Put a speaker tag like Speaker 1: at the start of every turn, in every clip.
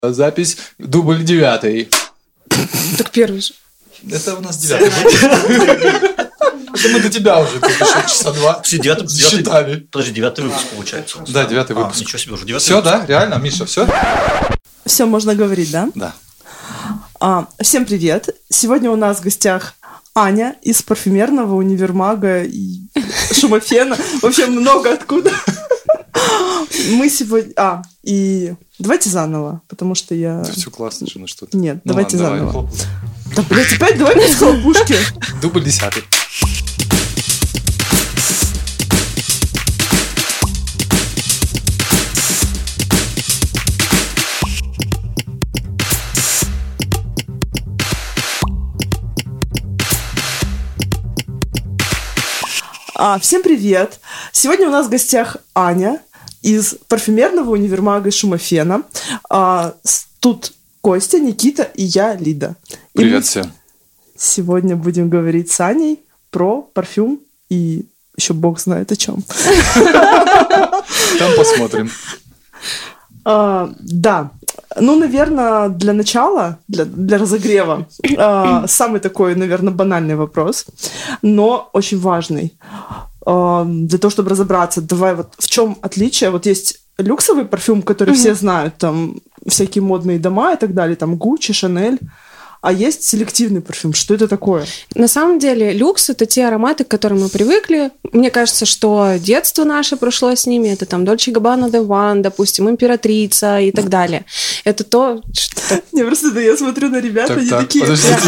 Speaker 1: Запись, дубль 9.
Speaker 2: Так первый же.
Speaker 1: Это у нас 9. Это мы до тебя уже тут еще часа 2 считали.
Speaker 3: Подожди, 9 выпуск получается.
Speaker 1: Да, 9 выпуск.
Speaker 3: Ничего себе, уже 9
Speaker 1: Все,
Speaker 3: выпуск.
Speaker 1: да? Реально, Миша, все?
Speaker 4: Все можно говорить, да?
Speaker 1: Да.
Speaker 4: Всем привет. Сегодня у нас в гостях Аня из парфюмерного универмага и Шумофена. Вообще много откуда. Мы сегодня... И давайте заново, потому что я...
Speaker 1: Да все классно же, ну что ты.
Speaker 4: Нет,
Speaker 1: Ну
Speaker 4: давайте
Speaker 1: ладно,
Speaker 4: заново.
Speaker 1: давай.
Speaker 4: Да, блядь, опять давай без хлопушки.
Speaker 1: Дубль 10.
Speaker 4: Всем привет. Сегодня у нас в гостях Аня из парфюмерного универмага Шумофена. Тут Костя, Никита и я, Лида.
Speaker 1: Привет всем.
Speaker 4: Сегодня будем говорить с Аней про парфюм и еще бог знает о чем.
Speaker 1: Там посмотрим.
Speaker 4: Да. Ну, наверное, для начала, для разогрева, самый такой, наверное, банальный вопрос, но очень важный. Для того, чтобы разобраться, давай вот в чем отличие. Вот есть люксовый парфюм, который все знают, там всякие модные дома и так далее, там Гуччи, Шанель. А есть селективный парфюм. Что это такое?
Speaker 2: На самом деле, люкс — это те ароматы, к которым мы привыкли. Мне кажется, что детство наше прошло с ними. Это там Dolce & Gabbana The One, допустим, Императрица и так далее. Это то, что...
Speaker 4: Не, просто я смотрю на ребят, они такие...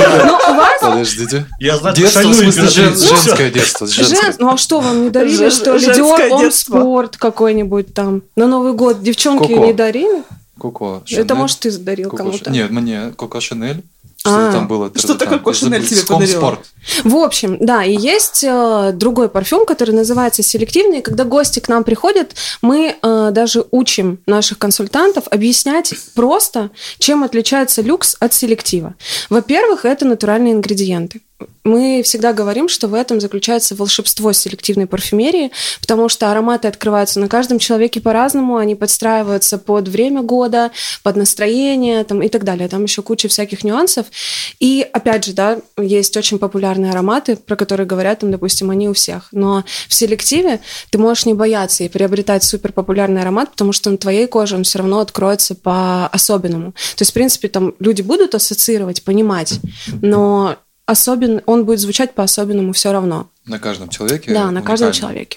Speaker 1: Подождите.
Speaker 3: Я знаю,
Speaker 1: детство, в
Speaker 3: шальную
Speaker 1: смысле,
Speaker 3: императрицу.
Speaker 1: женское детство.
Speaker 2: Ну а что, вам не дарили, что ли?
Speaker 4: Женское
Speaker 2: Dior On
Speaker 4: детство.
Speaker 2: Sport какой-нибудь там. На Новый год девчонки
Speaker 1: Коко.
Speaker 2: не дарили?
Speaker 1: Коко,
Speaker 2: Это,
Speaker 1: Шанель.
Speaker 2: может, ты дарил
Speaker 1: Коко,
Speaker 2: кому-то.
Speaker 1: Нет, мне Коко Шанель. Что там было?
Speaker 4: Что-то Коко Шанель тебе подарила.
Speaker 1: Спорт.
Speaker 2: В общем, да, и есть другой парфюм, который называется селективный. И когда гости к нам приходят, мы даже учим наших консультантов объяснять просто, чем отличается люкс от селектива. Во-первых, это натуральные ингредиенты. Мы всегда говорим, что в этом заключается волшебство селективной парфюмерии, потому что ароматы открываются на каждом человеке по-разному, они подстраиваются под время года, под настроение там, и так далее. Там еще куча всяких нюансов. И опять же, да, есть очень популярные ароматы, про которые говорят, там, допустим, они у всех. Но в селективе ты можешь не бояться и приобретать суперпопулярный аромат, потому что на твоей коже он все равно откроется по-особенному. То есть, в принципе, там люди будут ассоциировать, понимать, но он будет звучать по-особенному все равно.
Speaker 1: На каждом человеке?
Speaker 2: Да, на каждом человеке.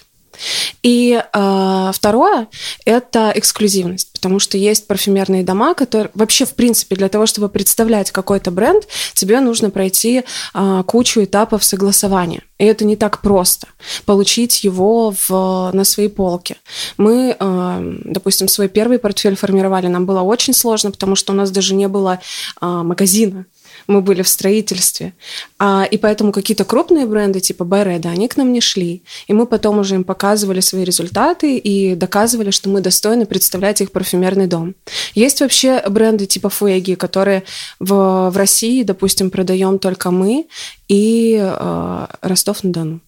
Speaker 2: И второе – это эксклюзивность, потому что есть парфюмерные дома, которые вообще, в принципе, для того, чтобы представлять какой-то бренд, тебе нужно пройти кучу этапов согласования. И это не так просто – получить его на своей полке. Мы, допустим, свой первый портфель формировали, нам было очень сложно, потому что у нас даже не было магазина. Мы были в строительстве. И поэтому какие-то крупные бренды типа Байреда, они к нам не шли. И мы потом уже им показывали свои результаты и доказывали, что мы достойны представлять их парфюмерный дом. Есть вообще бренды типа Фуэги, которые в России, допустим, продаем только мы и Ростов-на-Дону.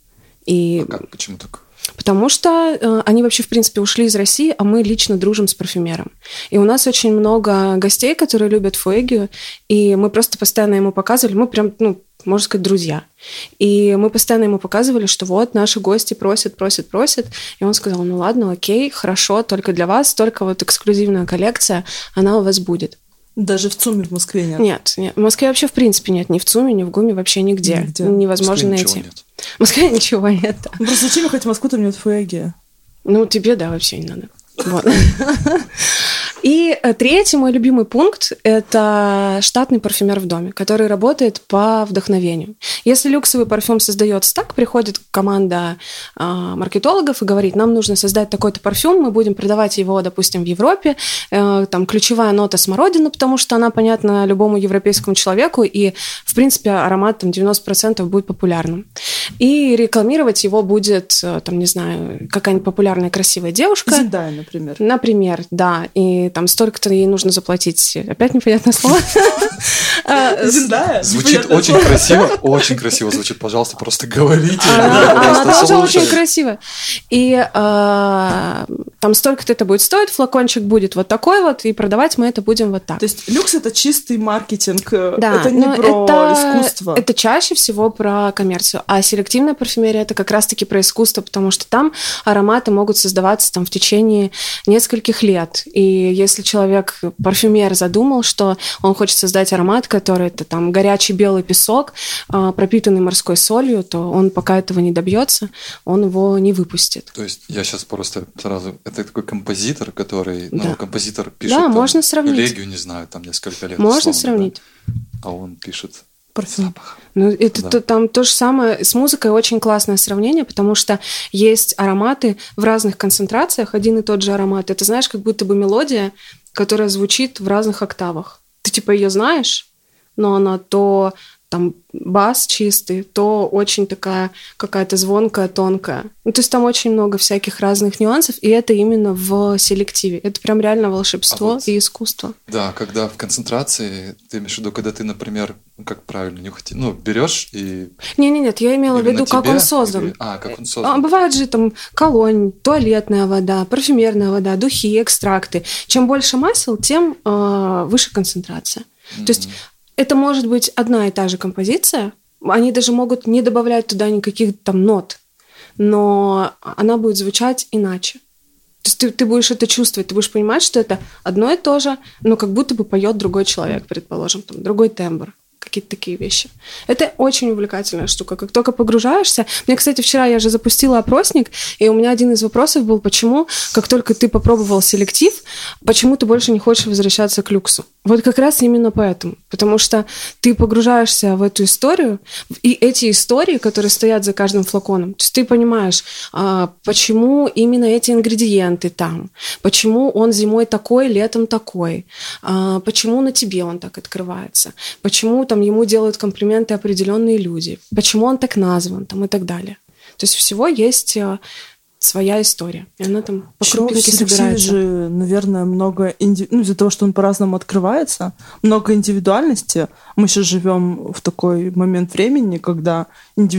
Speaker 1: Почему так?
Speaker 2: Потому что они вообще, в принципе, ушли из России, а мы лично дружим с парфюмером. И у нас очень много гостей, которые любят Фуэгию, и мы просто постоянно ему показывали, мы прям, можно сказать, друзья. И мы постоянно ему показывали, что вот наши гости просят. И он сказал, ну ладно, окей, хорошо, только для вас, только вот эксклюзивная коллекция, она у вас будет.
Speaker 4: Даже в ЦУМе в Москве нет?
Speaker 2: Нет. В Москве вообще в принципе нет. Ни в ЦУМе, ни в ГУМе, вообще нигде. Невозможно найти. В Москве ничего нет.
Speaker 4: Просто зачем ехать в Москву, там нет Фуэги?
Speaker 2: Ну, тебе, да, вообще не надо. Вот. И третий мой любимый пункт – это штатный парфюмер в доме, который работает по вдохновению. Если люксовый парфюм создается так, приходит команда маркетологов и говорит, нам нужно создать такой-то парфюм, мы будем продавать его, допустим, в Европе, там ключевая нота смородина, потому что она понятна любому европейскому человеку, и, в принципе, аромат там 90% будет популярным. И рекламировать его будет, там, не знаю, какая-нибудь популярная красивая девушка.
Speaker 4: Зендая, например.
Speaker 2: Например, да. И там столько-то ей нужно заплатить. Опять непонятное слово.
Speaker 4: Зендая?
Speaker 1: Звучит очень красиво звучит. Пожалуйста, просто говорите.
Speaker 2: Она тоже очень красивая. И там там столько-то это будет стоить, флакончик будет вот такой вот, и продавать мы это будем вот так.
Speaker 4: То есть люкс — это чистый маркетинг,
Speaker 2: да,
Speaker 4: это не про искусство.
Speaker 2: Это чаще всего про коммерцию, а селективная парфюмерия — это как раз-таки про искусство, потому что там ароматы могут создаваться там в течение нескольких лет, и если человек, парфюмер, задумал, что он хочет создать аромат, который это там горячий белый песок, пропитанный морской солью, то он пока этого не добьется, он его не выпустит.
Speaker 3: То есть я сейчас просто сразу... Это такой композитор, который...
Speaker 2: Да.
Speaker 3: Ну, композитор пишет
Speaker 2: да,
Speaker 3: там,
Speaker 2: можно сравнить.
Speaker 3: элегию, не знаю, там несколько лет.
Speaker 2: Можно
Speaker 3: условно,
Speaker 2: сравнить.
Speaker 3: Да? А он пишет
Speaker 4: парфюм.
Speaker 3: запах.
Speaker 2: Ну, это там то же самое. С музыкой очень классное сравнение, потому что есть ароматы в разных концентрациях, один и тот же аромат. Это, знаешь, как будто бы мелодия, которая звучит в разных октавах. Ты типа ее знаешь, но она то там бас чистый, то очень такая какая-то звонкая, тонкая. Ну, то есть там очень много всяких разных нюансов, и это именно в селективе. Это прям реально волшебство и искусство.
Speaker 3: Да, когда в концентрации, ты имеешь в виду, когда ты, например, как правильно нюхать, ну, берешь и...
Speaker 2: Нет, я имела в виду, как он создан.
Speaker 3: Как он создан.
Speaker 2: Бывает же там колонь, туалетная вода, парфюмерная вода, духи, экстракты. Чем больше масел, тем выше концентрация. То есть это может быть одна и та же композиция, они даже могут не добавлять туда никаких там нот, но она будет звучать иначе. То есть ты будешь это чувствовать, ты будешь понимать, что это одно и то же, но как будто бы поет другой человек, предположим, там, другой тембр. Какие-то такие вещи. Это очень увлекательная штука. Как только погружаешься... Мне, кстати, вчера я же запустила опросник, и у меня один из вопросов был, почему, как только ты попробовал селектив, почему ты больше не хочешь возвращаться к люксу? Вот как раз именно поэтому. Потому что ты погружаешься в эту историю, и эти истории, которые стоят за каждым флаконом, то есть ты понимаешь, почему именно эти ингредиенты там, почему он зимой такой, летом такой, почему на тебе он так открывается, почему там ему делают комплименты определенные люди, почему он так назван там, и так далее. То есть всего есть своя история, и она там по крупинке собирается.
Speaker 4: Же, наверное, много из-за того, что он по-разному открывается, много индивидуальности. Мы сейчас живем в такой момент времени, когда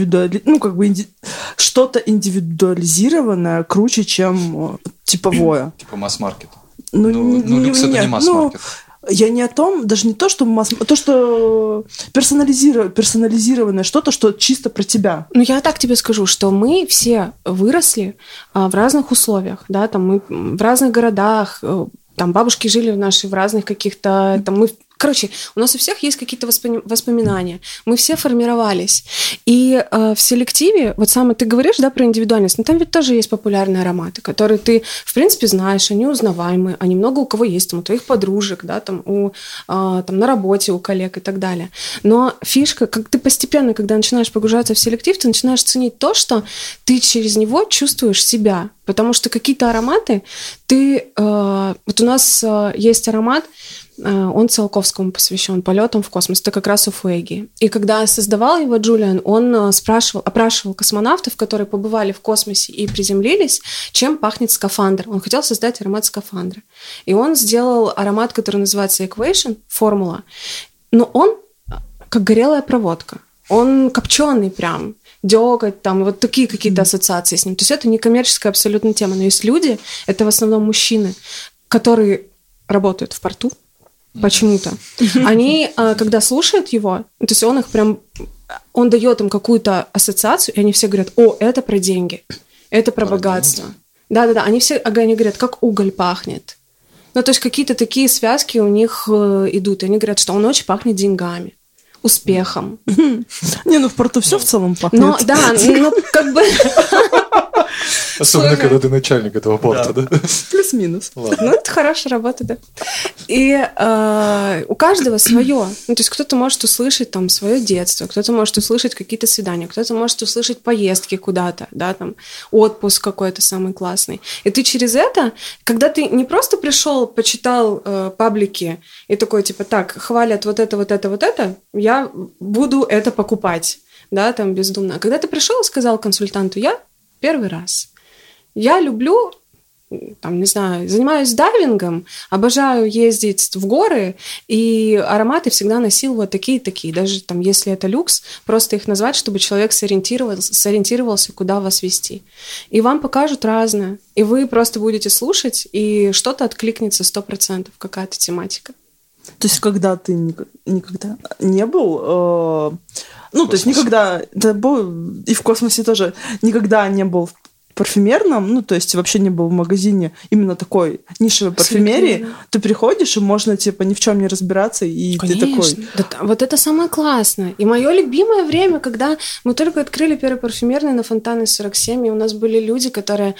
Speaker 4: что-то индивидуализированное круче, чем типовое.
Speaker 3: Типа масс-маркет.
Speaker 4: Люкс — это не масс-маркет. Я не о том, даже не то, что то, что персонализированное что-то, что чисто про тебя.
Speaker 2: Ну, я так тебе скажу, что мы все выросли в разных условиях, да, там мы в разных городах, там бабушки жили в разных каких-то, там мы... Короче, у нас у всех есть какие-то воспоминания. Мы все формировались. И в селективе, вот самое ты говоришь, да, про индивидуальность, но там ведь тоже есть популярные ароматы, которые ты, в принципе, знаешь, они узнаваемые, они много у кого есть, там, у твоих подружек, да, там, там, на работе у коллег и так далее. Но фишка, как ты постепенно, когда начинаешь погружаться в селектив, ты начинаешь ценить то, что ты через него чувствуешь себя. Потому что какие-то ароматы вот у нас есть аромат, он Циолковскому посвящен, полетам в космос. Это как раз у Фуэги. И когда создавал его Джулиан, он опрашивал космонавтов, которые побывали в космосе и приземлились, чем пахнет скафандр. Он хотел создать аромат скафандра. И он сделал аромат, который называется Equation, формула. Но он как горелая проводка. Он копченый прям. Дёготь, там, вот такие какие-то ассоциации с ним. То есть это не коммерческая абсолютно тема. Но есть люди, это в основном мужчины, которые работают в порту, почему-то. Они, когда слушают его, то есть он дает им какую-то ассоциацию, и они все говорят: о, это про деньги, это про богатство. Да-да-да, они говорят, как уголь пахнет. Ну, то есть какие-то такие связки у них идут, и они говорят, что он очень пахнет деньгами, успехом.
Speaker 4: В порту все в целом пахнет.
Speaker 2: Ну, да, как бы...
Speaker 3: Особенно, когда ты начальник этого порта, да?
Speaker 4: Плюс-минус.
Speaker 2: Ну, это хорошая работа, да. И у каждого свое. Ну, то есть кто-то может услышать там свое детство, кто-то может услышать какие-то свидания, кто-то может услышать поездки куда-то, да, там, отпуск какой-то самый классный. И ты через это, когда ты не просто пришел, почитал паблики и такой, типа, так, хвалят вот это, я буду это покупать, да, там, бездумно. А когда ты пришел и сказал консультанту: я первый раз, я люблю там, не знаю, занимаюсь дайвингом, обожаю ездить в горы, и ароматы всегда носил вот такие-такие. Даже там, если это люкс, просто их назвать, чтобы человек сориентировался, куда вас вести. И вам покажут разное. И вы просто будете слушать, и что-то откликнется 100%, какая-то тематика.
Speaker 4: То есть, когда ты никогда не был... то есть, никогда... И в космосе тоже. Никогда не был в парфюмерном, то есть, вообще не был в магазине именно такой нишевой парфюмерии. Ты приходишь, и можно, ни в чем не разбираться, и
Speaker 2: Конечно.
Speaker 4: ты такой...
Speaker 2: Да, вот это самое классное. И мое любимое время, когда мы только открыли первый парфюмерный на Фонтанной 47, и у нас были люди, которые...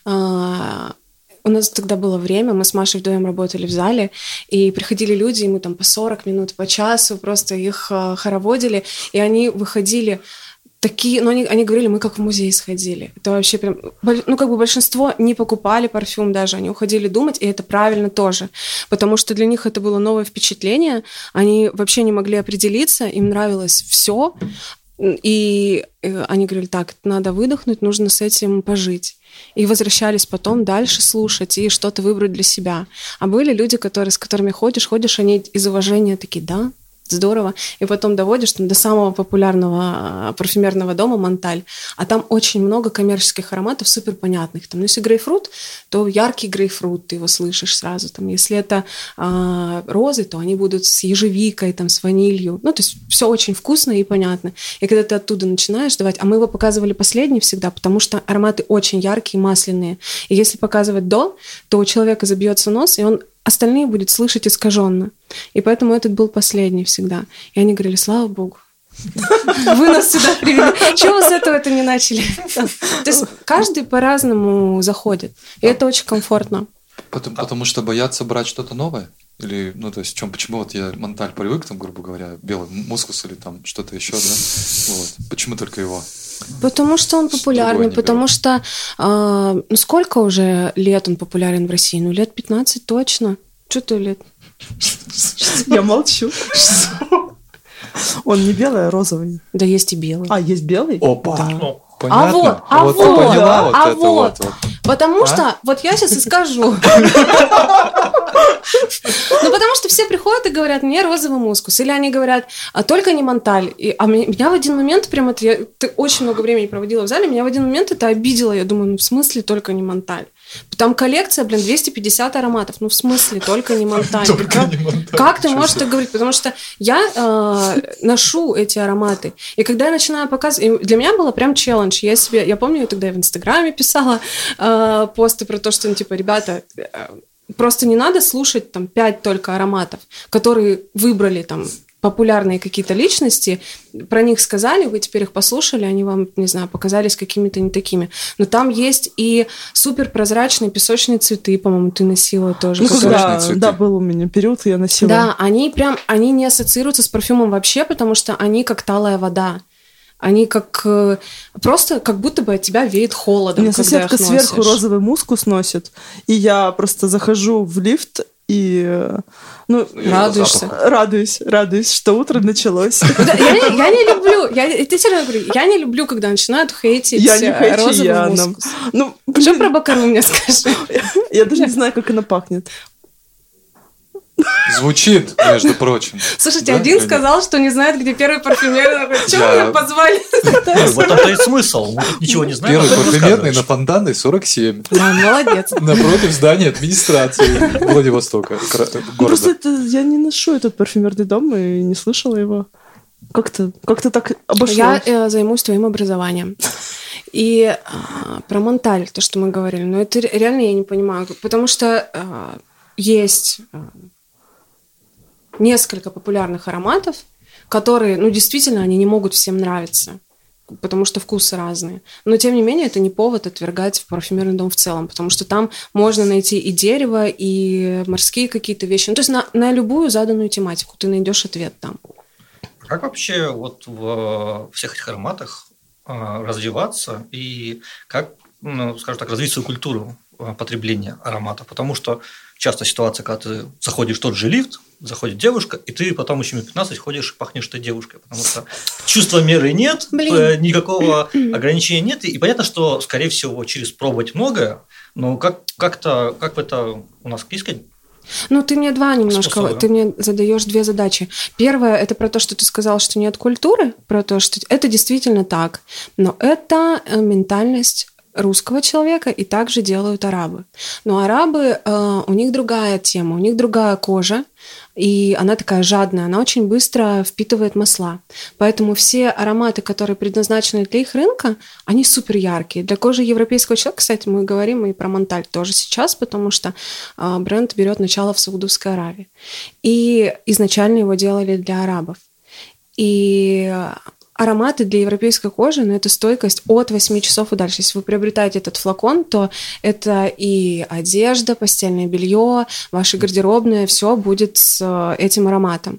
Speaker 2: У нас тогда было время, мы с Машей вдвоем работали в зале, и приходили люди, и мы там по 40 минут, по часу просто их хороводили, и они выходили такие, они говорили, мы как в музей сходили. Это вообще прям, большинство не покупали парфюм даже, они уходили думать, и это правильно тоже, потому что для них это было новое впечатление, они вообще не могли определиться, им нравилось все, и они говорили, так, надо выдохнуть, нужно с этим пожить. И возвращались потом дальше слушать и что-то выбрать для себя. А были люди, с которыми ходишь, они из уважения такие, да, здорово. И потом доводишь до самого популярного парфюмерного дома Монталь. А там очень много коммерческих ароматов, супер понятных. Там, если грейпфрут, то яркий грейпфрут, ты его слышишь сразу. Там, если это розы, то они будут с ежевикой, с ванилью. То есть все очень вкусно и понятно. И когда ты оттуда начинаешь давать, а мы его показывали последний всегда, потому что ароматы очень яркие, масляные. И если показывать до, то у человека забьется нос, и он остальные будет слышать искаженно. И поэтому этот был последний всегда. И они говорили, слава богу, вы нас сюда привели. Чего вы с этого это не начали? То есть каждый по-разному заходит. И это очень комфортно.
Speaker 3: Потому что боятся брать что-то новое? Или, почему вот я Монталь привык, грубо говоря, белый мускус или там что-то еще, да? Вот. Почему только его?
Speaker 2: Потому что он популярный, потому что сколько уже лет он популярен в России? Лет 15 точно. Что-то лет.
Speaker 4: Я молчу. Он не белый, а розовый.
Speaker 2: Да есть и белый.
Speaker 4: А, есть белый?
Speaker 1: Опа!
Speaker 4: Да.
Speaker 3: Понятно.
Speaker 2: Вот. Потому что, вот я сейчас и скажу. Потому что все приходят и говорят, мне розовый мускус. Или они говорят, только не Монталь. А меня в один момент, я очень много времени проводила в зале, меня в один момент это обидело. Я думаю, в смысле только не Монталь? Там коллекция, 250 ароматов. В смысле только не Монталь? Как ты можешь так говорить? Потому что я ношу эти ароматы. И когда я начинаю показывать... Для меня было прям челлендж. Я помню, я тогда в Инстаграме писала посты про то, что, ребята, просто не надо слушать 5 только ароматов, которые выбрали популярные какие-то личности, про них сказали, вы теперь их послушали, они вам, не знаю, показались какими-то не такими. Но там есть и суперпрозрачные песочные цветы, по-моему, ты носила тоже.
Speaker 4: Да, был у меня период, я носила.
Speaker 2: Да, они не ассоциируются с парфюмом вообще, потому что они как талая вода. Они просто как будто бы от тебя веет холодом.
Speaker 4: У меня соседка сверху розовый мускус носит, и я просто захожу в лифт и радуюсь, что утро началось.
Speaker 2: Я не люблю, ты серьезно говорю, я не люблю, когда начинают хейтить розовый мускус. Что про Бакару мне скажи?
Speaker 4: Я даже не знаю, как она пахнет.
Speaker 3: Звучит, между прочим.
Speaker 2: Слушайте, один сказал, что не знает, где первый парфюмерный. Чего вы меня позвали?
Speaker 5: Вот это и смысл. Мы тут ничего не знаем.
Speaker 3: Первый парфюмерный на Фонтанной 47.
Speaker 2: Да, молодец.
Speaker 3: Напротив здания администрации Владивостока.
Speaker 4: Просто я не ношу этот парфюмерный дом и не слышала его. Как-то так обошлось.
Speaker 2: Я займусь твоим образованием. И про Монталь, то, что мы говорили, но это реально я не понимаю. Потому что есть несколько популярных ароматов, которые, действительно, они не могут всем нравиться, потому что вкусы разные. Но, тем не менее, это не повод отвергать парфюмерный дом в целом, потому что там можно найти и дерево, и морские какие-то вещи. То есть на любую заданную тематику ты найдешь ответ там.
Speaker 5: Как вообще вот в всех этих ароматах развиваться и как, скажем так, развить свою культуру потребления ароматов? Потому что часто ситуация, когда ты заходишь в тот же лифт, заходит девушка, и ты потом еще минут 15 ходишь и пахнешь этой девушкой, потому что чувства меры нет, никакого ограничения нет, и понятно, что, скорее всего, через пробовать многое Ну, как это у нас киской?
Speaker 2: Ну, ты мне ты мне задаешь две задачи. Первое, это про то, что ты сказал, что нет культуры, про то, что это действительно так, но это ментальность русского человека, и также делают арабы. Но арабы, у них другая тема, у них другая кожа, и она такая жадная, она очень быстро впитывает масла. Поэтому все ароматы, которые предназначены для их рынка, они супер яркие. Для кожи европейского человека, кстати, мы говорим и про Монталь тоже сейчас, потому что бренд берет начало в Саудовской Аравии. И изначально его делали для арабов. И ароматы для европейской кожи, но это стойкость от 8 часов и дальше. Если вы приобретаете этот флакон, то это и одежда, постельное белье, ваше гардеробное, все будет с этим ароматом.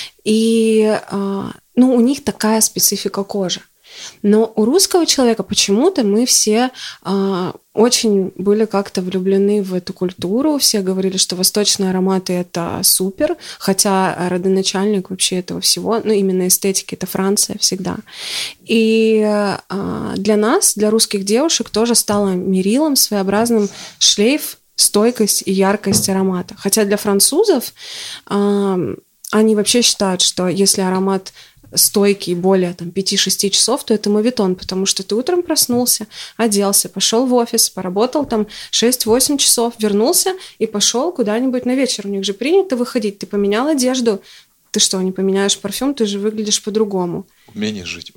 Speaker 2: И у них такая специфика кожи. Но у русского человека почему-то мы все очень были как-то влюблены в эту культуру. Все говорили, что восточные ароматы – это супер, хотя родоначальник вообще этого всего, именно эстетики – это Франция всегда. И для нас, для русских девушек, тоже стало мерилом, своеобразным шлейф, стойкость и яркость аромата. Хотя для французов они вообще считают, что если аромат стойкий более 5-6 часов, то это моветон, потому что ты утром проснулся, оделся, пошел в офис, поработал 6-8 часов, вернулся и пошел куда-нибудь на вечер. У них же принято выходить. Ты поменял одежду, ты что, не поменяешь парфюм, ты же выглядишь по-другому.
Speaker 3: Умение жить.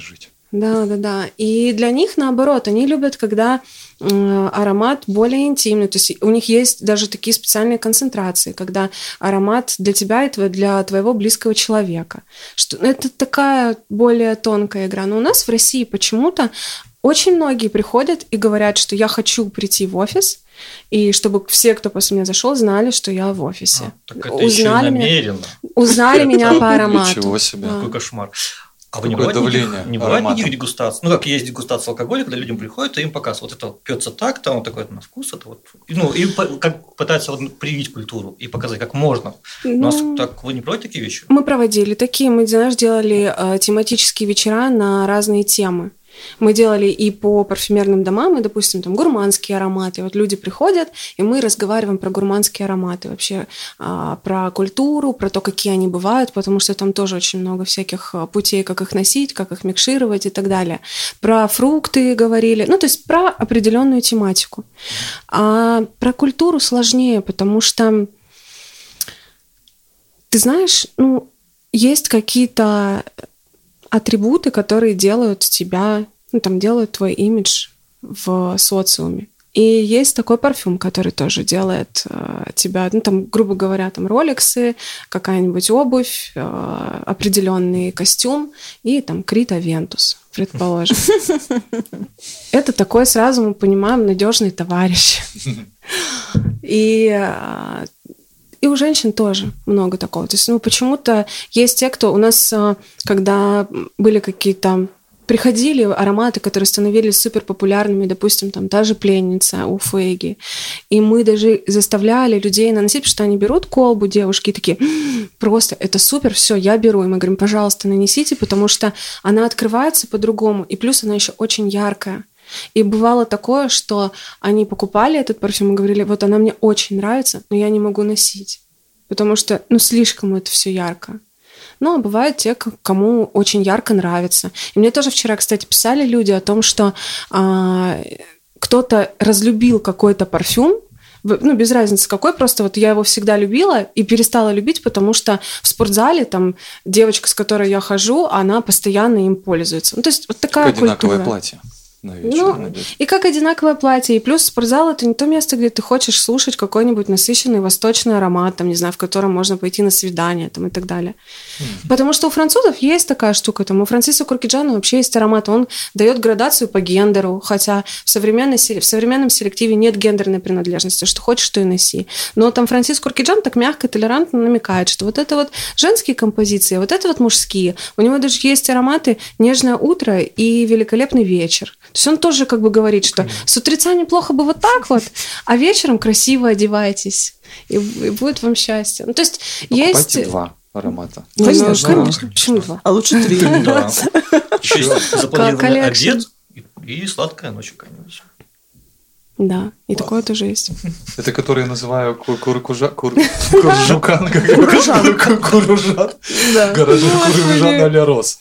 Speaker 2: Да. И для них, наоборот, они любят, когда аромат более интимный. То есть у них есть даже такие специальные концентрации, когда аромат для тебя и для твоего близкого человека. Это такая более тонкая игра. Но у нас в России почему-то очень многие приходят и говорят, что я хочу прийти в офис, и чтобы все, кто после меня зашел, знали, что я в офисе.
Speaker 5: Так это еще и намеренно.
Speaker 2: Узнали меня по аромату.
Speaker 3: Ничего себе.
Speaker 5: Какой кошмар. А
Speaker 3: вы не бывает
Speaker 5: никаких дегустаций? Как есть дегустация алкоголя, когда людям приходят, и им показывают, вот это пьется так, там вот такой на вкус, это вот. И как пытаются привить культуру и показать, как можно. У нас так, вы не проводите такие вещи?
Speaker 2: Мы проводили такие, мы, делали тематические вечера на разные темы. Мы делали и по парфюмерным домам, и, допустим, гурманские ароматы. Вот люди приходят, и мы разговариваем про гурманские ароматы, вообще про культуру, про то, какие они бывают, потому что там тоже очень много всяких путей, как их носить, как их микшировать и так далее. Про фрукты говорили, то есть про определенную тематику. А про культуру сложнее, потому что, ты знаешь, есть какие-то атрибуты, которые делают тебя, делают твой имидж в социуме. И есть такой парфюм, который тоже делает тебя, грубо говоря, роликсы, какая-нибудь обувь, определенный костюм и Крит Авентус, предположим. Это такой, сразу мы понимаем, надежный товарищ. И у женщин тоже много такого. То есть, почему-то есть те, кто у нас, когда были какие-то... Приходили ароматы, которые становились супер популярными, допустим, та же пленница у Фейги. И мы даже заставляли людей наносить, потому что они берут колбу, девушки, и такие, просто это супер, все, я беру. И мы говорим, пожалуйста, нанесите, потому что она открывается по-другому. И плюс она еще очень яркая. И бывало такое, что они покупали этот парфюм и говорили, вот она мне очень нравится, но я не могу носить, потому что, слишком это все ярко. А бывают те, кому очень ярко нравится. И мне тоже вчера, кстати, писали люди о том, что кто-то разлюбил какой-то парфюм, без разницы какой, просто я его всегда любила и перестала любить, потому что в спортзале девочка, с которой я хожу, она постоянно им пользуется. То есть вот такая культура.
Speaker 3: Одинаковое платье.
Speaker 2: И как одинаковое платье. И плюс спортзал – это не то место, где ты хочешь слушать какой-нибудь насыщенный восточный аромат, в котором можно пойти на свидание и так далее. Потому что у французов есть такая штука. У Франсисо Куркиджано вообще есть аромат. Он дает градацию по гендеру, хотя в современном селективе нет гендерной принадлежности. Что хочешь, то и носи. Но Франсисо Куркиджано так мягко, толерантно намекает, что вот это вот женские композиции, вот это вот мужские. У него даже есть ароматы «Нежное утро» и «Великолепный вечер». То есть он тоже говорит, что с утреца неплохо бы вот так вот, а вечером красиво одевайтесь, и будет вам счастье. То есть
Speaker 3: покупайте 2 аромата.
Speaker 2: Конечно. Почему 2?
Speaker 4: А лучше 3.
Speaker 5: Еще есть запланированный обед и сладкая ночь какая-нибудь.
Speaker 2: Да, и такое тоже есть.
Speaker 3: Это который я называю куржан.
Speaker 1: Куружан. Гаражи куружан а-ля Рос.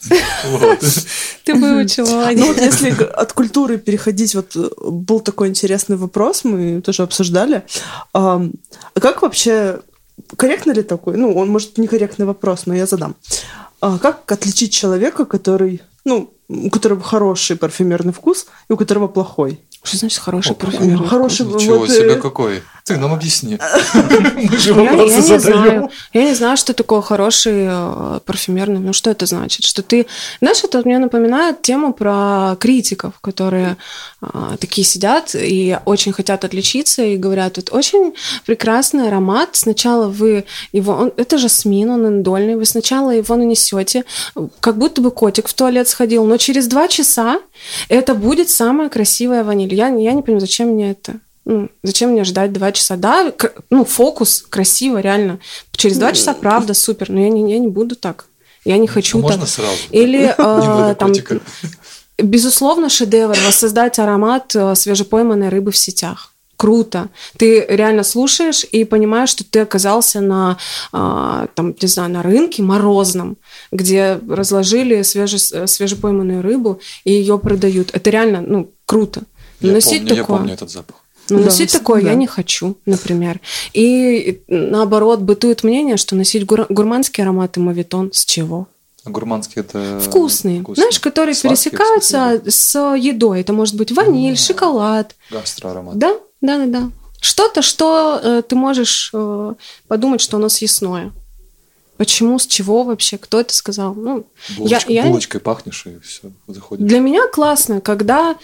Speaker 2: Ты выучила, молодец.
Speaker 4: Ну вот если от культуры переходить, вот был такой интересный вопрос, мы тоже обсуждали. А как вообще, корректно ли такой? Ну, он, может, некорректный вопрос, но я задам. Как отличить человека, который, ну, у которого хороший парфюмерный вкус и у которого плохой?
Speaker 2: Что значит хороший парфюмер?
Speaker 4: Хороший,
Speaker 3: Ничего
Speaker 4: вот,
Speaker 3: себе какой. Ты нам объясни.
Speaker 1: Мы же вопросы задаем.
Speaker 2: Я не знаю, что такое хороший парфюмерный. Ну, что это значит? Что ты... Знаешь, это мне напоминает тему про критиков, которые такие сидят и очень хотят отличиться и говорят, вот очень прекрасный аромат. Сначала вы его... Это жасмин, он индольный. Вы сначала его нанесете, как будто бы котик в туалет сходил, но через 2 часа это будет самая красивая ваниль. Я не понимаю, зачем мне это? Ну, зачем мне ждать 2 часа? Да, ну, фокус, красиво, реально. Через 2 часа, правда, супер, но я не буду так. Я не хочу так.
Speaker 3: Можно сразу?
Speaker 2: Или там, безусловно, шедевр воссоздать аромат свежепойманной рыбы в сетях. Круто. Ты реально слушаешь и понимаешь, что ты оказался на, там, не знаю, на рынке морозном, где разложили свежепойманную рыбу и ее продают. Это реально, ну, круто.
Speaker 3: Я помню этот запах.
Speaker 2: Но носить такое я не хочу, например. И наоборот, бытует мнение, что носить гурманские ароматы мавитон с чего?
Speaker 3: А гурманские это...
Speaker 2: Вкусные. Знаешь, которые
Speaker 3: сладкие,
Speaker 2: пересекаются с едой. Это может быть ваниль, шоколад.
Speaker 3: Гастроаромат.
Speaker 2: Да. Что-то, что ты можешь подумать, что оно съестное. Почему, с чего вообще, кто это сказал? Ну,
Speaker 3: булочкой пахнешь, и все, заходит.
Speaker 2: Для меня классно, когда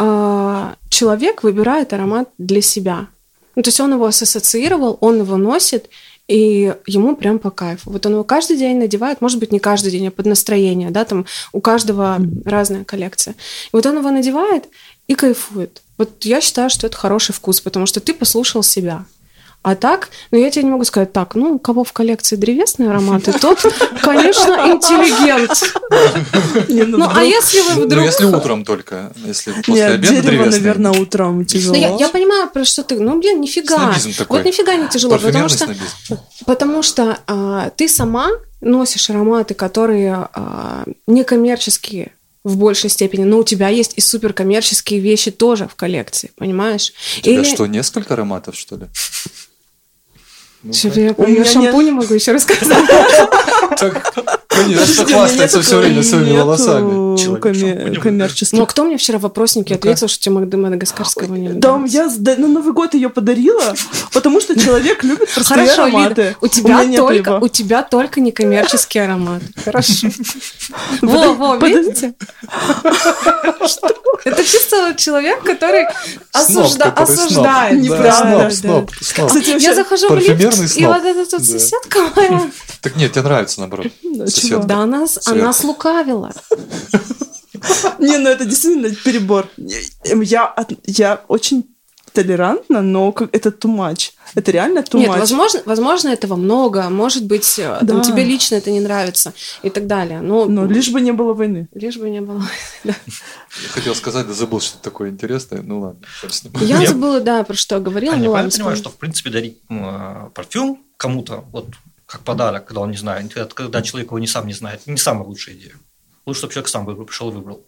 Speaker 2: человек выбирает аромат для себя. Ну, то есть он его ассоциировал, он его носит, и ему прям по кайфу. Вот он его каждый день надевает, может быть, не каждый день, а под настроение, да, там у каждого разная коллекция. И вот он его надевает и кайфует. Вот я считаю, что это хороший вкус, потому что ты послушал себя. А так, ну я тебе не могу сказать так, ну, у кого в коллекции древесные ароматы, тот, конечно, интеллигент. Ну, а если вы вдруг...
Speaker 3: Ну, если утром только, если после обеда
Speaker 4: дерево,
Speaker 3: древесное.
Speaker 4: наверное, утром тяжело.
Speaker 2: Я понимаю, про что ты... Ну, блин, нифига.
Speaker 3: Снобизм такой.
Speaker 2: Вот нифига не тяжело, потому что ты сама носишь ароматы, которые некоммерческие в большей степени, но у тебя есть и суперкоммерческие вещи тоже в коллекции, понимаешь?
Speaker 3: У тебя что, несколько ароматов, что ли?
Speaker 2: Я про шампунь могу еще рассказать.
Speaker 3: Конечно, хвастается все время своими волосами.
Speaker 4: Коммерческий.
Speaker 2: Ну, а кто мне вчера в вопроснике ответил, что тебе мадагаскарского не
Speaker 4: Да, я на Новый год ее подарила, потому что человек любит простые ароматы.
Speaker 2: У тебя только некоммерческий аромат. Хорошо. Во, видите? Это чисто человек, который осуждает.
Speaker 3: Неправда.
Speaker 2: Я захожу в лифт, и вот эта тут соседка моя...
Speaker 3: Так нет, тебе нравится, наоборот, соседка.
Speaker 2: Да, она слукавила.
Speaker 4: Не, ну это действительно перебор. Я очень толерантна, но это too much. Это реально too much.
Speaker 2: Нет, возможно, этого много. Может быть, тебе лично это не нравится и так далее.
Speaker 4: Но лишь бы не было войны.
Speaker 2: Лишь бы не было войны, да.
Speaker 3: Я хотел сказать, да забыл что-то такое интересное. Ну ладно,
Speaker 2: я забыла, да, про что говорила.
Speaker 5: Я правильно понимаю, что в принципе дарить парфюм кому-то, вот как подарок, когда он не знает, когда человек его сам не знает, не самая лучшая идея. Лучше, чтобы человек сам пришел и выбрал.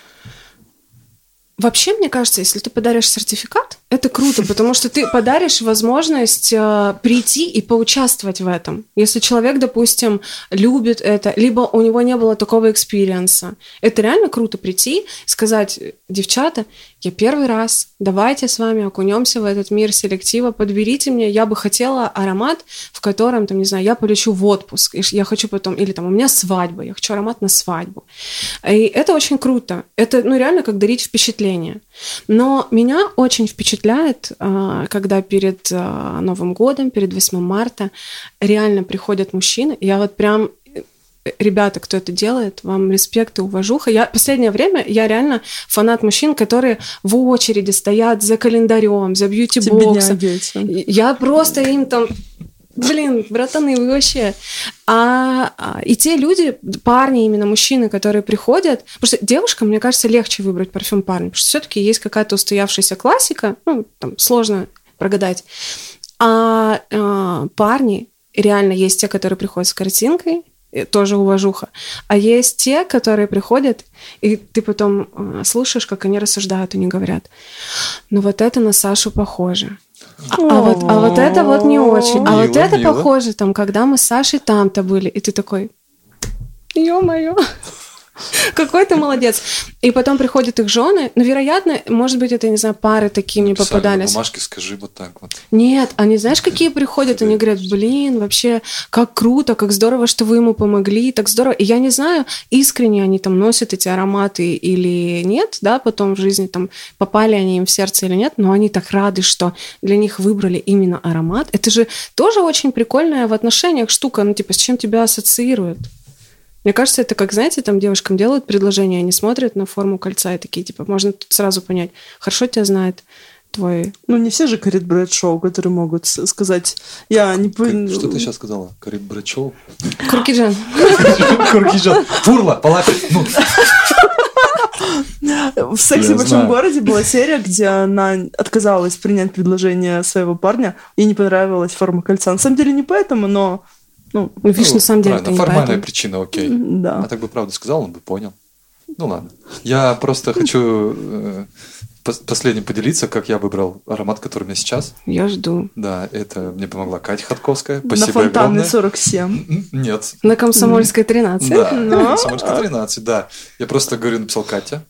Speaker 2: Вообще, мне кажется, если ты подаришь сертификат, это круто, потому что ты подаришь возможность прийти и поучаствовать в этом. Если человек, допустим, любит это, либо у него не было такого экспириенса, это реально круто прийти и сказать: девчата, я первый раз, давайте с вами окунемся в этот мир селектива, подберите мне, я бы хотела аромат, в котором, там, не знаю, я полечу в отпуск, и я хочу потом, или там у меня свадьба, я хочу аромат на свадьбу. И это очень круто. Это, ну, реально как дарить впечатление. Но меня очень впечатляет, когда перед Новым годом, перед 8 марта реально приходят мужчины. Я вот прям... Ребята, кто это делает, вам респект и уважуха. Последнее время я реально фанат мужчин, которые в очереди стоят за календарем, за бьюти-боксом. Я просто им там Блин, братаны, вы вообще... И те люди, парни, именно мужчины, которые приходят... Потому что девушкам, мне кажется, легче выбрать парфюм парня, потому что все-таки есть какая-то устоявшаяся классика, ну, там, сложно прогадать. Парни, реально есть те, которые приходят с картинкой, тоже уважуха. А есть те, которые приходят, и ты потом слушаешь, как они рассуждают, они говорят, ну вот это на Сашу похоже. А вот это вот не очень. А вот это похоже, там, когда мы с Сашей там-то были. И ты такой, ё-моё, какой ты молодец. И потом приходят их жены, но, вероятно, может быть, это, не знаю, пары такие мне попадались.
Speaker 3: На бумажке скажи вот так вот.
Speaker 2: Нет, они, знаешь, какие приходят? Они говорят, блин, вообще, как круто, как здорово, что вы ему помогли, так здорово. И я не знаю, искренне они там носят эти ароматы или нет, да, потом в жизни там попали они им в сердце или нет, но они так рады, что для них выбрали именно аромат. Это же тоже очень прикольная в отношениях штука, ну, типа, с чем тебя ассоциируют. Мне кажется, это как, знаете, там девушкам делают предложение, они смотрят на форму кольца и такие, типа, можно тут сразу понять, хорошо тебя знает твой...
Speaker 4: Ну, не все же Карит Брэдшоу, которые могут сказать, я не...
Speaker 3: Что ты сейчас сказала? Карит Брэдшоу?
Speaker 2: Куркиджан.
Speaker 1: Куркиджан. Фурла, палатка.
Speaker 4: В «Сексе в большом городе» была серия, где она отказалась принять предложение своего парня, ей не понравилась форма кольца. На самом деле не поэтому, но...
Speaker 2: Ну, видишь, на самом деле это не
Speaker 3: формальная
Speaker 2: поэтому.
Speaker 3: причина, окей.
Speaker 4: Да.
Speaker 3: А так бы правду сказал, он бы понял. Ну ладно. Я просто хочу последним поделиться, как я выбрал аромат, который у меня сейчас.
Speaker 2: Я жду.
Speaker 3: Да, это мне помогла Катя Ходковская. Спасибо
Speaker 4: на Фонтанной
Speaker 3: огромное.
Speaker 4: 47.
Speaker 3: Нет.
Speaker 2: На Комсомольской 13.
Speaker 3: Да, на Комсомольской 13, да. Я просто говорю, написал Катя.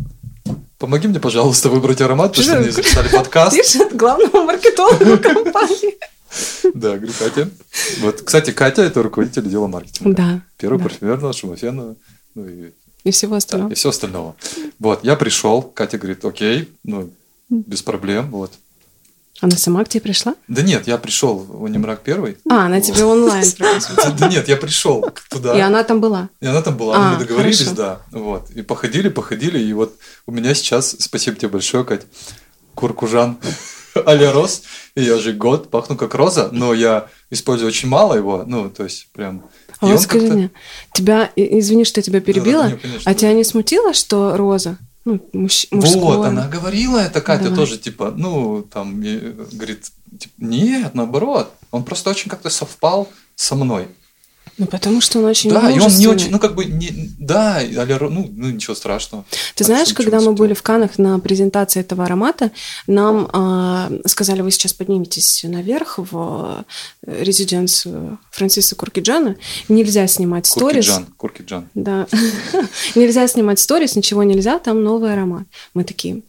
Speaker 3: Помоги мне, пожалуйста, выбрать аромат, потому что мне записали подкаст.
Speaker 2: Пишет главному маркетологу компании.
Speaker 3: Да, говорю, Катя. Вот, кстати, Катя – это руководитель отдела маркетинга.
Speaker 2: Да.
Speaker 3: Первого парфюмерного, шумофенного, ну
Speaker 2: и всего остального.
Speaker 3: Да, и все остального. Вот, я пришел, Катя говорит, окей, ну, без проблем, вот.
Speaker 2: Она сама к тебе пришла?
Speaker 3: Да нет, я пришел в Унимрак первый.
Speaker 2: Она тебе онлайн прописывала.
Speaker 3: Да нет, я пришел туда.
Speaker 2: И она там была?
Speaker 3: И она там была, мы договорились,
Speaker 2: хорошо.
Speaker 3: да. Вот, и походили, и вот у меня сейчас, спасибо тебе большое, Кать, Куркужан а-ля Роз, и я уже год пахну как роза, но я использую очень мало его, ну, то есть прям...
Speaker 2: А вот скажи мне, тебя, извини, что я тебя перебила,
Speaker 3: нет, конечно,
Speaker 2: а тебя не смутило, что роза? Ну, мужское.
Speaker 3: Вот, она говорила это, Катя тоже, типа, ну, там, говорит, типа, нет, наоборот, он просто очень как-то совпал со мной.
Speaker 2: Ну, потому что он очень
Speaker 3: да,
Speaker 2: мужественный.
Speaker 3: и он не очень, ну, как бы, да, ну, ничего страшного.
Speaker 2: Ты знаешь, когда мы были в Каннах на презентации этого аромата, нам сказали, вы сейчас подниметесь наверх в резиденцию Франсиса Куркиджана, нельзя снимать сторис.
Speaker 3: Куркиджан.
Speaker 2: Да. Нельзя снимать сторис, ничего нельзя, там новый аромат. Мы такие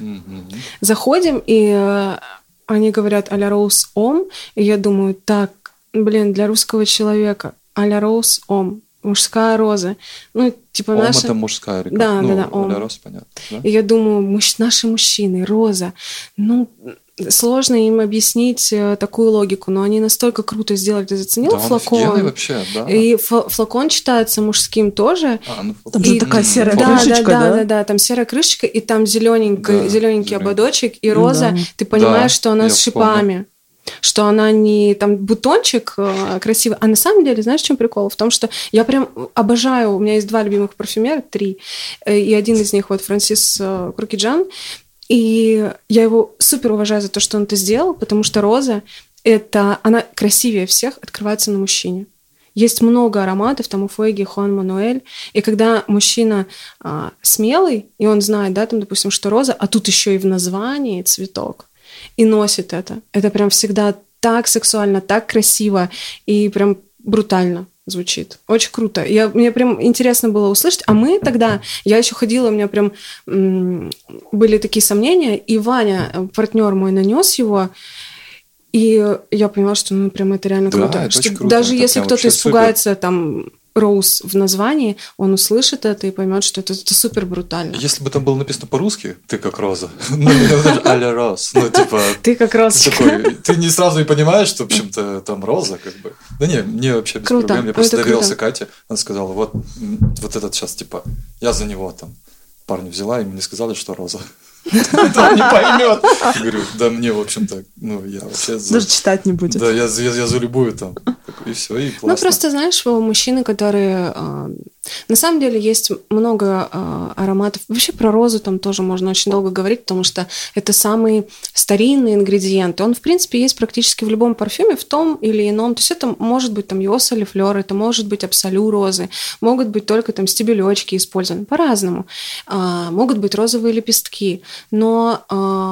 Speaker 2: заходим, и они говорят а-ля Rose Homme, и я думаю, так, блин, для русского человека а-ля Rose Homme, мужская роза. Ну, типа
Speaker 3: Ом
Speaker 2: наша...
Speaker 3: это мужская река.
Speaker 2: Да,
Speaker 3: ну,
Speaker 2: да, Ом.
Speaker 3: а-ля Rose, понятно. Да?
Speaker 2: И я думаю, наши мужчины, роза, ну, сложно им объяснить такую логику, но они настолько круто сделали. Ты заценил флакон?
Speaker 3: Он вообще, да.
Speaker 2: И флакон читается мужским тоже.
Speaker 4: Там же такая серая крышечка,
Speaker 2: да, там серая крышечка, и там зелененький ободочек, и роза, ты понимаешь, что она с шипами. Что она не там бутончик красивый. А на самом деле, знаешь, в чем прикол? В том, что я прям обожаю, у меня есть 2 любимых парфюмера, 3, и один из них вот Франсис Куркиджан, и я его супер уважаю за то, что он это сделал, потому что роза, она красивее всех открывается на мужчине. Есть много ароматов, там у Фуэги, Хуан Мануэль, и когда мужчина смелый, и он знает, да, там, допустим, что роза, а тут еще и в названии цветок, и носит это прям всегда так сексуально, так красиво и прям брутально звучит. Очень круто. Мне прям интересно было услышать. А мы тогда, я еще ходила, у меня прям были такие сомнения, и Ваня, партнер мой, нанес его, и я поняла, что ну прям это реально круто.
Speaker 3: Это
Speaker 2: что
Speaker 3: круто.
Speaker 2: даже
Speaker 3: это
Speaker 2: если кто-то испугается там Роуз в названии, он услышит это и поймет, что это супер брутально.
Speaker 3: Если бы там было написано по-русски, ты как роза, ну, а-ля Роз, ну, типа...
Speaker 2: Ты как розочка.
Speaker 3: Ты не сразу и понимаешь, что, в общем-то, там роза, как бы. Да не, мне вообще без проблем. Я просто доверился Кате, она сказала, вот этот сейчас, типа, я за него там парня взяла, и мне сказали, что роза.
Speaker 1: Он не поймет.
Speaker 3: Говорю, да мне, в общем-то, я вообще...
Speaker 4: Даже читать не будет.
Speaker 3: Да, я за любую там. И все, и классно.
Speaker 2: Просто, знаешь, мужчины, которые... На самом деле есть много ароматов. Вообще про розу там тоже можно очень долго говорить, потому что это самый старинный ингредиент. Он, в принципе, есть практически в любом парфюме, в том или ином. То есть это может быть там Йоса или Флёр, это может быть абсолю розы, могут быть только там стебелечки использованы, по-разному. Могут быть розовые лепестки. Но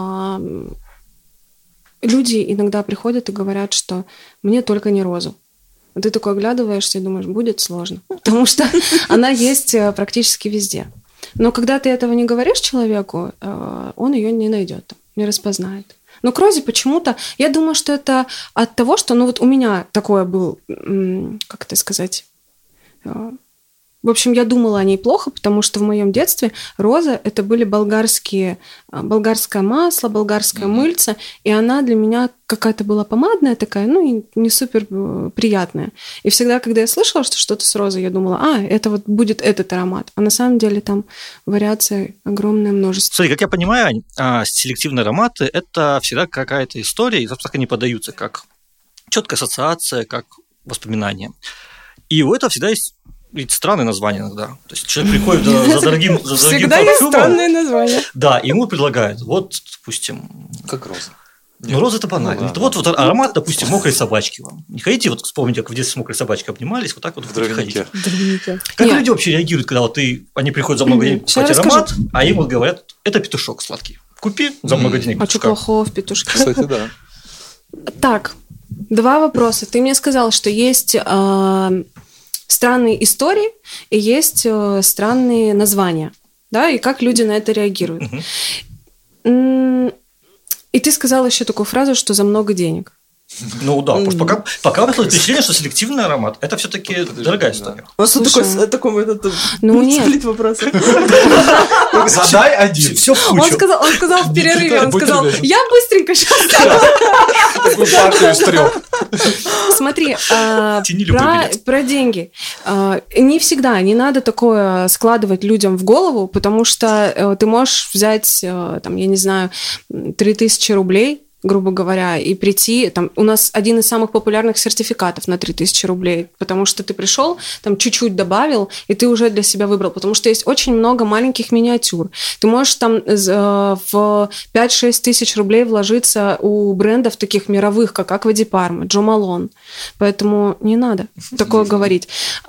Speaker 2: люди иногда приходят и говорят, что мне только не розу. Ты такой оглядываешься и думаешь, будет сложно, потому что она есть практически везде. Но когда ты этого не говоришь человеку, он ее не найдет, не распознает. Но к розе почему-то, я думаю, что это от того, что, у меня такое был, как это сказать... В общем, я думала о ней плохо, потому что в моем детстве роза – это были болгарское масло, болгарское мыльце, и она для меня какая-то была помадная такая, и не супер приятная. И всегда, когда я слышала, что что-то с розой, я думала, это вот будет этот аромат. А на самом деле там вариаций огромное множество.
Speaker 5: Смотри, как я понимаю, селективные ароматы – это всегда какая-то история, и, собственно, они подаются как четкая ассоциация, как воспоминание. И у этого всегда есть ведь странное название иногда. То есть человек приходит за дорогим парфюмом.
Speaker 2: Всегда есть странное название.
Speaker 5: Да, и ему предлагают, вот, допустим...
Speaker 3: Как роза.
Speaker 5: Роза – это банально. Вот аромат, допустим, мокрой собачки вам. Не хотите вспомнить, как в детстве с мокрой собачкой обнимались, вот так вот в
Speaker 3: дровянике.
Speaker 5: Как люди вообще реагируют, когда они приходят за много денег покупать аромат, а им говорят, это петушок сладкий. Купи за много денег
Speaker 2: петушка. А что плохого в петушке?
Speaker 3: Кстати, да.
Speaker 2: Так, 2 вопроса. Ты мне сказал, что есть... странные истории и есть странные названия, да, и как люди на это реагируют. И ты сказал еще такую фразу, что за много денег.
Speaker 5: Ну да, потому что пока вышло впечатление, что селективный аромат – это все-таки дорогая история.
Speaker 4: У вас такой сплит вопросов.
Speaker 1: Задай один.
Speaker 5: Все в кучу.
Speaker 2: Он сказал в перерыве, он сказал, я быстренько сейчас.
Speaker 1: Такую партию из 3.
Speaker 2: Смотри, про деньги. Не всегда, не надо такое складывать людям в голову, потому что ты можешь взять, там, я не знаю, 3000 рублей, грубо говоря, и прийти, там, у нас один из самых популярных сертификатов на 3000 рублей, потому что ты пришел, там, чуть-чуть добавил, и ты уже для себя выбрал, потому что есть очень много маленьких миниатюр. Ты можешь там в 5-6 тысяч рублей вложиться у брендов таких мировых, как Аква ди Парма, Джо Малон, поэтому не надо такое говорить.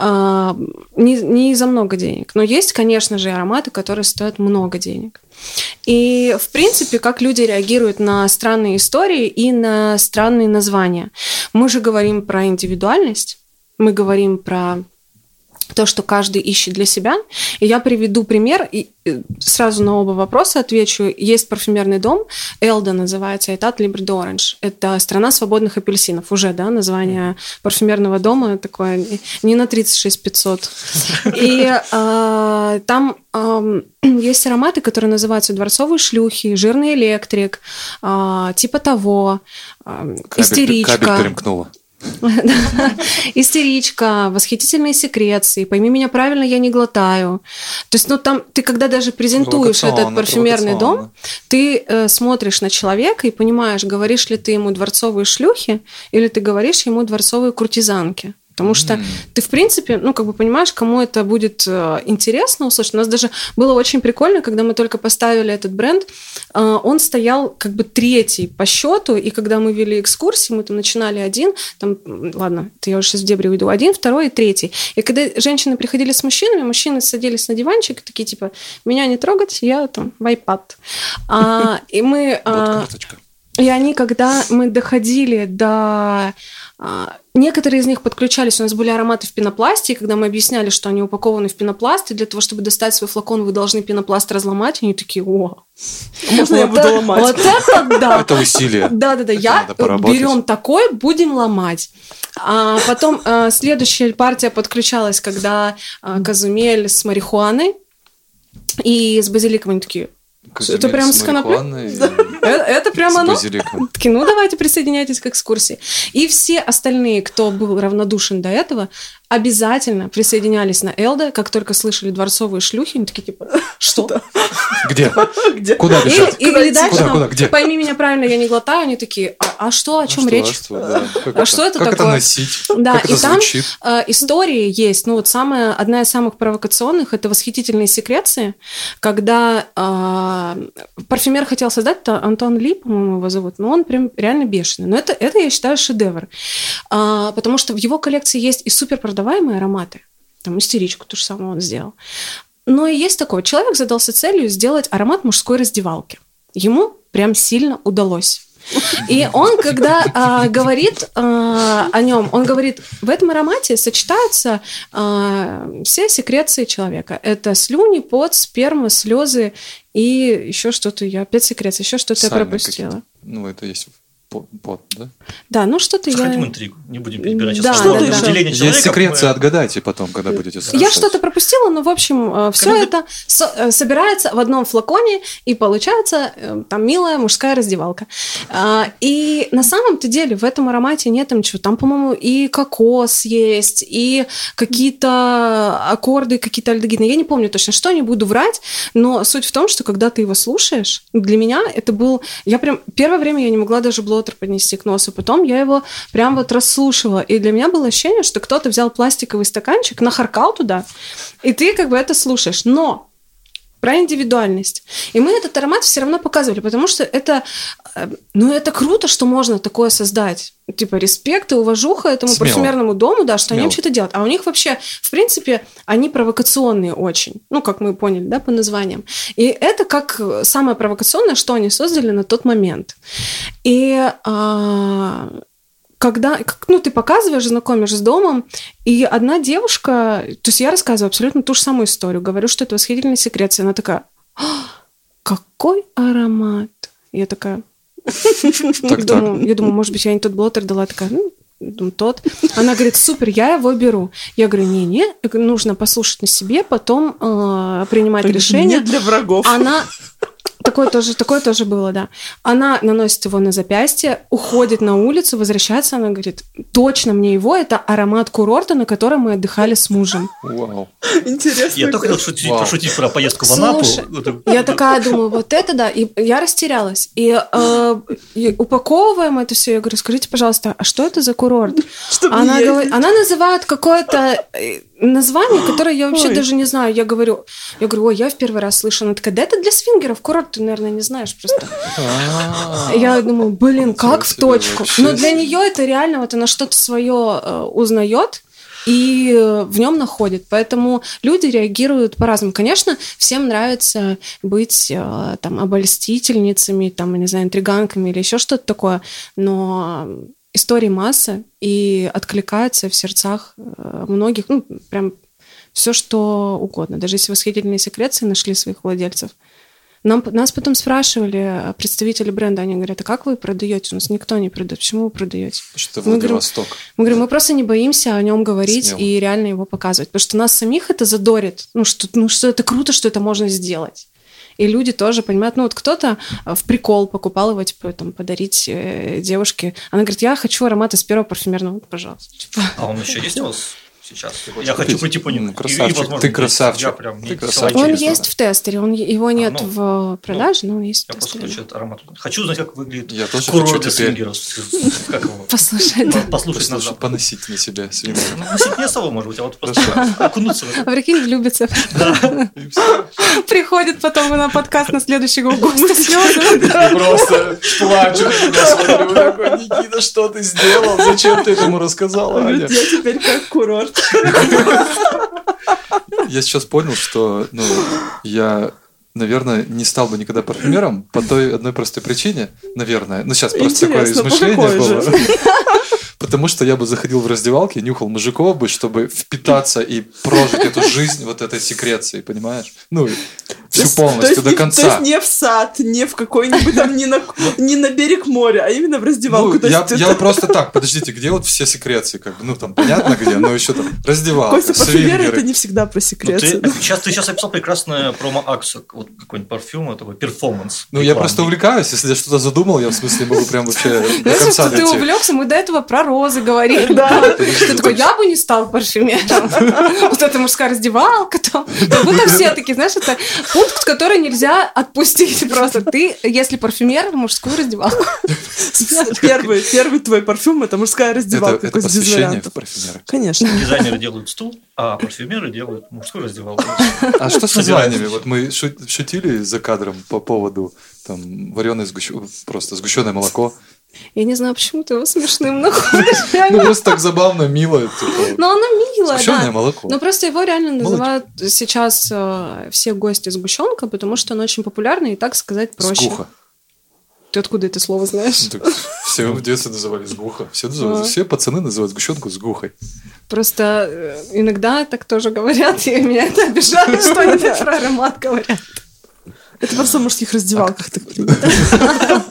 Speaker 2: Не за много денег, но есть, конечно же, ароматы, которые стоят много денег. И, в принципе, как люди реагируют на странные истории и на странные названия. Мы же говорим про индивидуальность, мы говорим про то, что каждый ищет для себя. И я приведу пример, и сразу на оба вопроса отвечу. Есть парфюмерный дом, Элда называется, Этат Либре d'Orange. Это страна свободных апельсинов. Уже, да, название парфюмерного дома такое не на 36 500. И там есть ароматы, которые называются дворцовые шлюхи, жирный электрик, типа того, истеричка.
Speaker 3: Кабель перемкнула.
Speaker 2: Истеричка, восхитительные секреции, пойми меня правильно, я не глотаю. То есть, там ты когда даже презентуешь этот парфюмерный дом, ты смотришь на человека и понимаешь, говоришь ли ты ему дворцовые шлюхи или ты говоришь ему дворцовые куртизанки. Потому что ты, в принципе, понимаешь, кому это будет интересно услышать. У нас даже было очень прикольно, когда мы только поставили этот бренд, он стоял как бы 3-й по счету, и когда мы вели экскурсии, мы там начинали 1, ладно, я уже сейчас в дебри уйду, 1, 2 и 3. И когда женщины приходили с мужчинами, мужчины садились на диванчик, такие типа, меня не трогать, я там в iPad. И мы... И они, когда мы доходили до... Некоторые из них подключались, у нас были ароматы в пенопласте, и когда мы объясняли, что они упакованы в пенопласт, и для того, чтобы достать свой флакон, вы должны пенопласт разломать, они такие,
Speaker 4: можно я буду ломать?
Speaker 2: Вот это да!
Speaker 3: Это усилие.
Speaker 2: Да-да-да, берем такой, будем ломать. А потом следующая партия подключалась, когда Казумель с марихуаной и с базиликом, они такие... Это прям с коноплей? Это прям оно? Такие, давайте присоединяйтесь к экскурсии. И все остальные, кто был равнодушен до этого, обязательно присоединялись на Элде, как только слышали дворцовые шлюхи, они такие, типа, что?
Speaker 3: Где? Куда бежать?
Speaker 2: Или дальше,
Speaker 3: Где?
Speaker 2: пойми меня правильно, я не глотаю, они такие, а что, о чем речь? А что это такое?
Speaker 3: Как это носить?
Speaker 2: Да,
Speaker 3: как это
Speaker 2: и там
Speaker 3: звучит?
Speaker 2: истории есть. Ну, вот одна из самых провокационных – это «Восхитительные секреции», когда парфюмер хотел создать, это Антон Ли, по-моему, его зовут, но он прям реально бешеный. Но это я считаю, шедевр. Потому что в его коллекции есть и суперпродаваемые ароматы. Там истеричку ту же самую он сделал. Но и есть такое. Человек задался целью сделать аромат мужской раздевалки. Ему прям сильно удалось. И он, когда говорит о нем, он говорит, в этом аромате сочетаются все секреции человека. Это слюни, пот, сперма, слезы и еще что-то. Я опять секреции, еще что-то я пропустила.
Speaker 3: Ну, это есть пот, да?
Speaker 2: Да, ну что-то
Speaker 5: Сохраним интригу, не будем перебирать.
Speaker 2: Да,
Speaker 3: Есть секреции, отгадайте потом, когда будете слушать.
Speaker 2: Я что-то пропустила, но, в общем, все это собирается в одном флаконе, и получается там милая мужская раздевалка. И на самом-то деле в этом аромате нет ничего. Там, по-моему, и кокос есть, и какие-то аккорды, какие-то альдегиды. Я не помню точно, что, не буду врать, но суть в том, что когда ты его слушаешь, для меня это был... Я прям... Первое время я не могла даже блотер поднести к носу, потом я его прям вот расслушивала, и для меня было ощущение, что кто-то взял пластиковый стаканчик, нахаркал туда, и ты как бы это слушаешь. Но про индивидуальность. И мы этот аромат все равно показывали, потому что это, ну, это круто, что можно такое создать. Типа респект и уважуха этому парфюмерному дому, да, что они что-то делают. А у них вообще, в принципе, они провокационные очень. Ну, как мы поняли, да, по названиям. И это как самое провокационное, что они создали на тот момент. И когда, ну, ты показываешь, знакомишь с домом, и одна девушка, то есть я рассказываю абсолютно ту же самую историю, говорю, что это восхитительная секреция, она такая, какой аромат? Я такая, я думаю, может быть, я не тот блотер дала, такая, думаю, тот. Она говорит, супер, я его беру. Я говорю, не, нужно послушать на себе, потом принимать решение.
Speaker 4: Не для врагов.
Speaker 2: Она... Такое тоже было, да. Она наносит его на запястье, уходит на улицу, возвращается, она говорит, точно мне его, это аромат курорта, на котором мы отдыхали с мужем.
Speaker 3: Вау.
Speaker 4: Интересно.
Speaker 5: Я только хотел пошутить про поездку в Анапу.
Speaker 2: Я такая думаю, вот это да, и я растерялась. И упаковываем это все, я говорю, скажите, пожалуйста, а что это за курорт? Она называет какое-то название, которое я вообще даже не знаю. Я говорю, ой, я в первый раз слышу. Она такая, да это для свингеров курорт, ты, наверное, не знаешь просто. Я думаю, блин, как в точку. Но для нее это реально, вот она что-то свое узнает и в нем находит. Поэтому люди реагируют по-разному. Конечно, всем нравится быть там обольстительницами, там, не знаю, интриганками или еще что-то такое, но истории масса и откликается в сердцах многих, ну, прям все что угодно. Даже если восхитительные секреции нашли своих владельцев. Нас потом спрашивали представители бренда, они говорят, а как вы продаете? У нас никто не продает. Почему вы продаете?
Speaker 3: Потому что Владивосток.
Speaker 2: Мы говорим, мы просто не боимся о нем говорить смело. И реально его показывать. Потому что нас самих это задорит. Что это круто, что это можно сделать. И люди тоже понимают, ну вот кто-то в прикол покупал его, типа, там, подарить девушке. Она говорит, я хочу аромат из первого парфюмерного, пожалуйста.
Speaker 5: А он еще есть у вас сейчас? Я хочу прийти по нему.
Speaker 3: Красавчик, ты красавчик.
Speaker 2: Он есть в тестере, его нет в продаже, но он есть в тестере.
Speaker 5: Я просто хочу этот аромат. Хочу узнать, как выглядит
Speaker 3: курорт
Speaker 5: для свингеров.
Speaker 2: Послушать.
Speaker 3: Поносить на себя свингер.
Speaker 5: Носить не особо, может быть, а вот просто окунуться в это.
Speaker 2: Прикинь, влюбится. Приходит потом на подкаст на следующий год слезы.
Speaker 3: Просто плачет. Я смотрю, такой, Никита, что ты сделал? Зачем ты этому рассказала, Аня?
Speaker 4: Я теперь как курорт.
Speaker 3: Я сейчас понял, что я, наверное, не стал бы никогда парфюмером по той одной простой причине, наверное. Ну, сейчас просто такое измышление было. Потому что я бы заходил в раздевалки, нюхал мужиков бы, чтобы впитаться и прожить эту жизнь вот этой секрецией, понимаешь? Ну, всю полностью до конца.
Speaker 4: То есть не в сад, не в какой-нибудь там, не на берег моря, а именно в раздевалку.
Speaker 3: Я просто так, подождите, где вот все секреции? Как бы, там понятно где, но еще там раздевалка,
Speaker 4: Костя, парфюмеры это не всегда про секреции.
Speaker 5: Ты сейчас описал прекрасную промо-акцию, вот какой-нибудь парфюм, такой перформанс.
Speaker 3: Я просто увлекаюсь, если я что-то задумал, я в смысле могу прям вообще до конца дойти.
Speaker 2: Ты увлекся, мы до этого про розы говорили. Ты такой, я бы не стал парфюмером. Вот это мужская раздевалка там. Вы там все такие, знаешь, это пункт, который нельзя отпустить просто. Ты, если парфюмер, мужскую раздевалку.
Speaker 4: Первый твой парфюм — это мужская раздевалка.
Speaker 3: Это посвящение в парфюмера.
Speaker 4: Конечно.
Speaker 5: Дизайнеры делают стул, а парфюмеры делают мужскую раздевалку.
Speaker 3: А что с названиями? Вот мы шутили за кадром по поводу там вареное просто сгущенное молоко.
Speaker 2: Я не знаю, почему ты его смешным находишь.
Speaker 3: Просто так забавно, мило.
Speaker 2: Но оно милое,
Speaker 3: сгущенное молоко.
Speaker 2: Но просто его реально называют сейчас все гости сгущенка, потому что оно очень популярно и, так сказать, проще.
Speaker 3: Сгуха.
Speaker 2: Ты откуда это слово знаешь?
Speaker 3: Все в детстве называли сгуха. Все пацаны называют сгущенку сгухой.
Speaker 2: Просто иногда так тоже говорят, и меня это обижает, что они про аромат говорят.
Speaker 4: Это просто в мужских раздевалках так принято.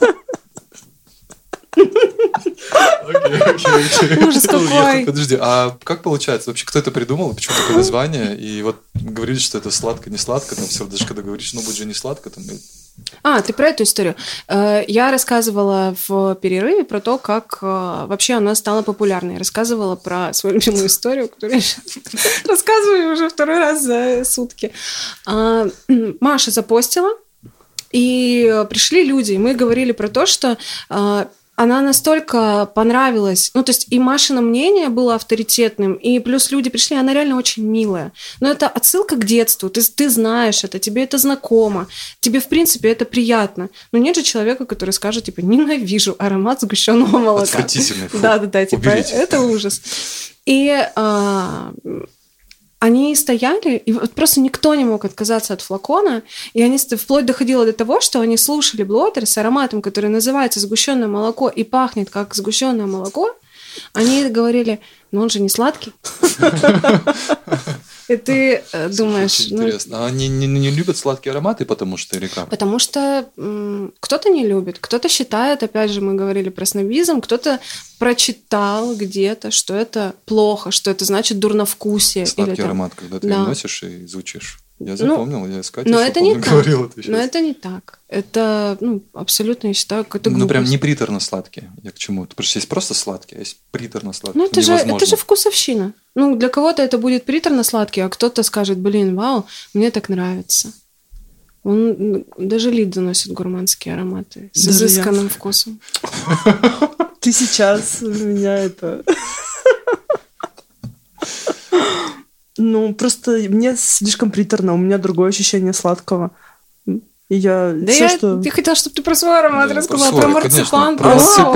Speaker 2: Ужас какой.
Speaker 3: Подожди, а как получается? Вообще, кто это придумал? Почему такое название? И вот говорили, что это сладко, не сладко. Там все, даже когда говоришь, будет же не сладко.
Speaker 2: Ты про эту историю. Я рассказывала в перерыве про то, как вообще она стала популярной. Рассказывала про свою любимую историю, которую я сейчас рассказываю уже второй раз за сутки. Маша запостила, и пришли люди, и мы говорили про то, что она настолько понравилась, то есть и Машино мнение было авторитетным, и плюс люди пришли, она реально очень милая. Но это отсылка к детству, ты знаешь это, тебе это знакомо, тебе, в принципе, это приятно. Но нет же человека, который скажет, ненавижу аромат сгущенного молока.
Speaker 3: Отвратительный.
Speaker 2: Да, это ужас. И они стояли, и вот просто никто не мог отказаться от флакона, и они вплоть доходило до того, что они слушали блотер с ароматом, который называется сгущенное молоко и пахнет как сгущенное молоко. Они говорили, он же не сладкий. И ты думаешь...
Speaker 3: Интересно. А они не любят сладкие ароматы, потому что или как?
Speaker 2: Потому что кто-то не любит, кто-то считает, опять же, мы говорили про снобизм, кто-то прочитал где-то, что это плохо, что это значит дурновкусие.
Speaker 3: Сладкий аромат, когда ты носишь и звучишь. Я запомнил, я с Катей
Speaker 2: говорил это сейчас. Но это не так. Это, абсолютно, я считаю, какая-то глупость.
Speaker 3: Прям не приторно-сладкие. Я к чему? Потому что есть просто сладкие, а есть приторно-сладкие.
Speaker 2: Это же вкусовщина. Для кого-то это будет приторно-сладкий, а кто-то скажет, вау, мне так нравится. Он даже Лид заносит гурманские ароматы с изысканным вкусом.
Speaker 4: Ты сейчас меня это... Просто мне слишком приторно, у меня другое ощущение сладкого. И я...
Speaker 2: Ты хотела, чтобы ты про свой аромат рассказала, про марципан.
Speaker 3: Про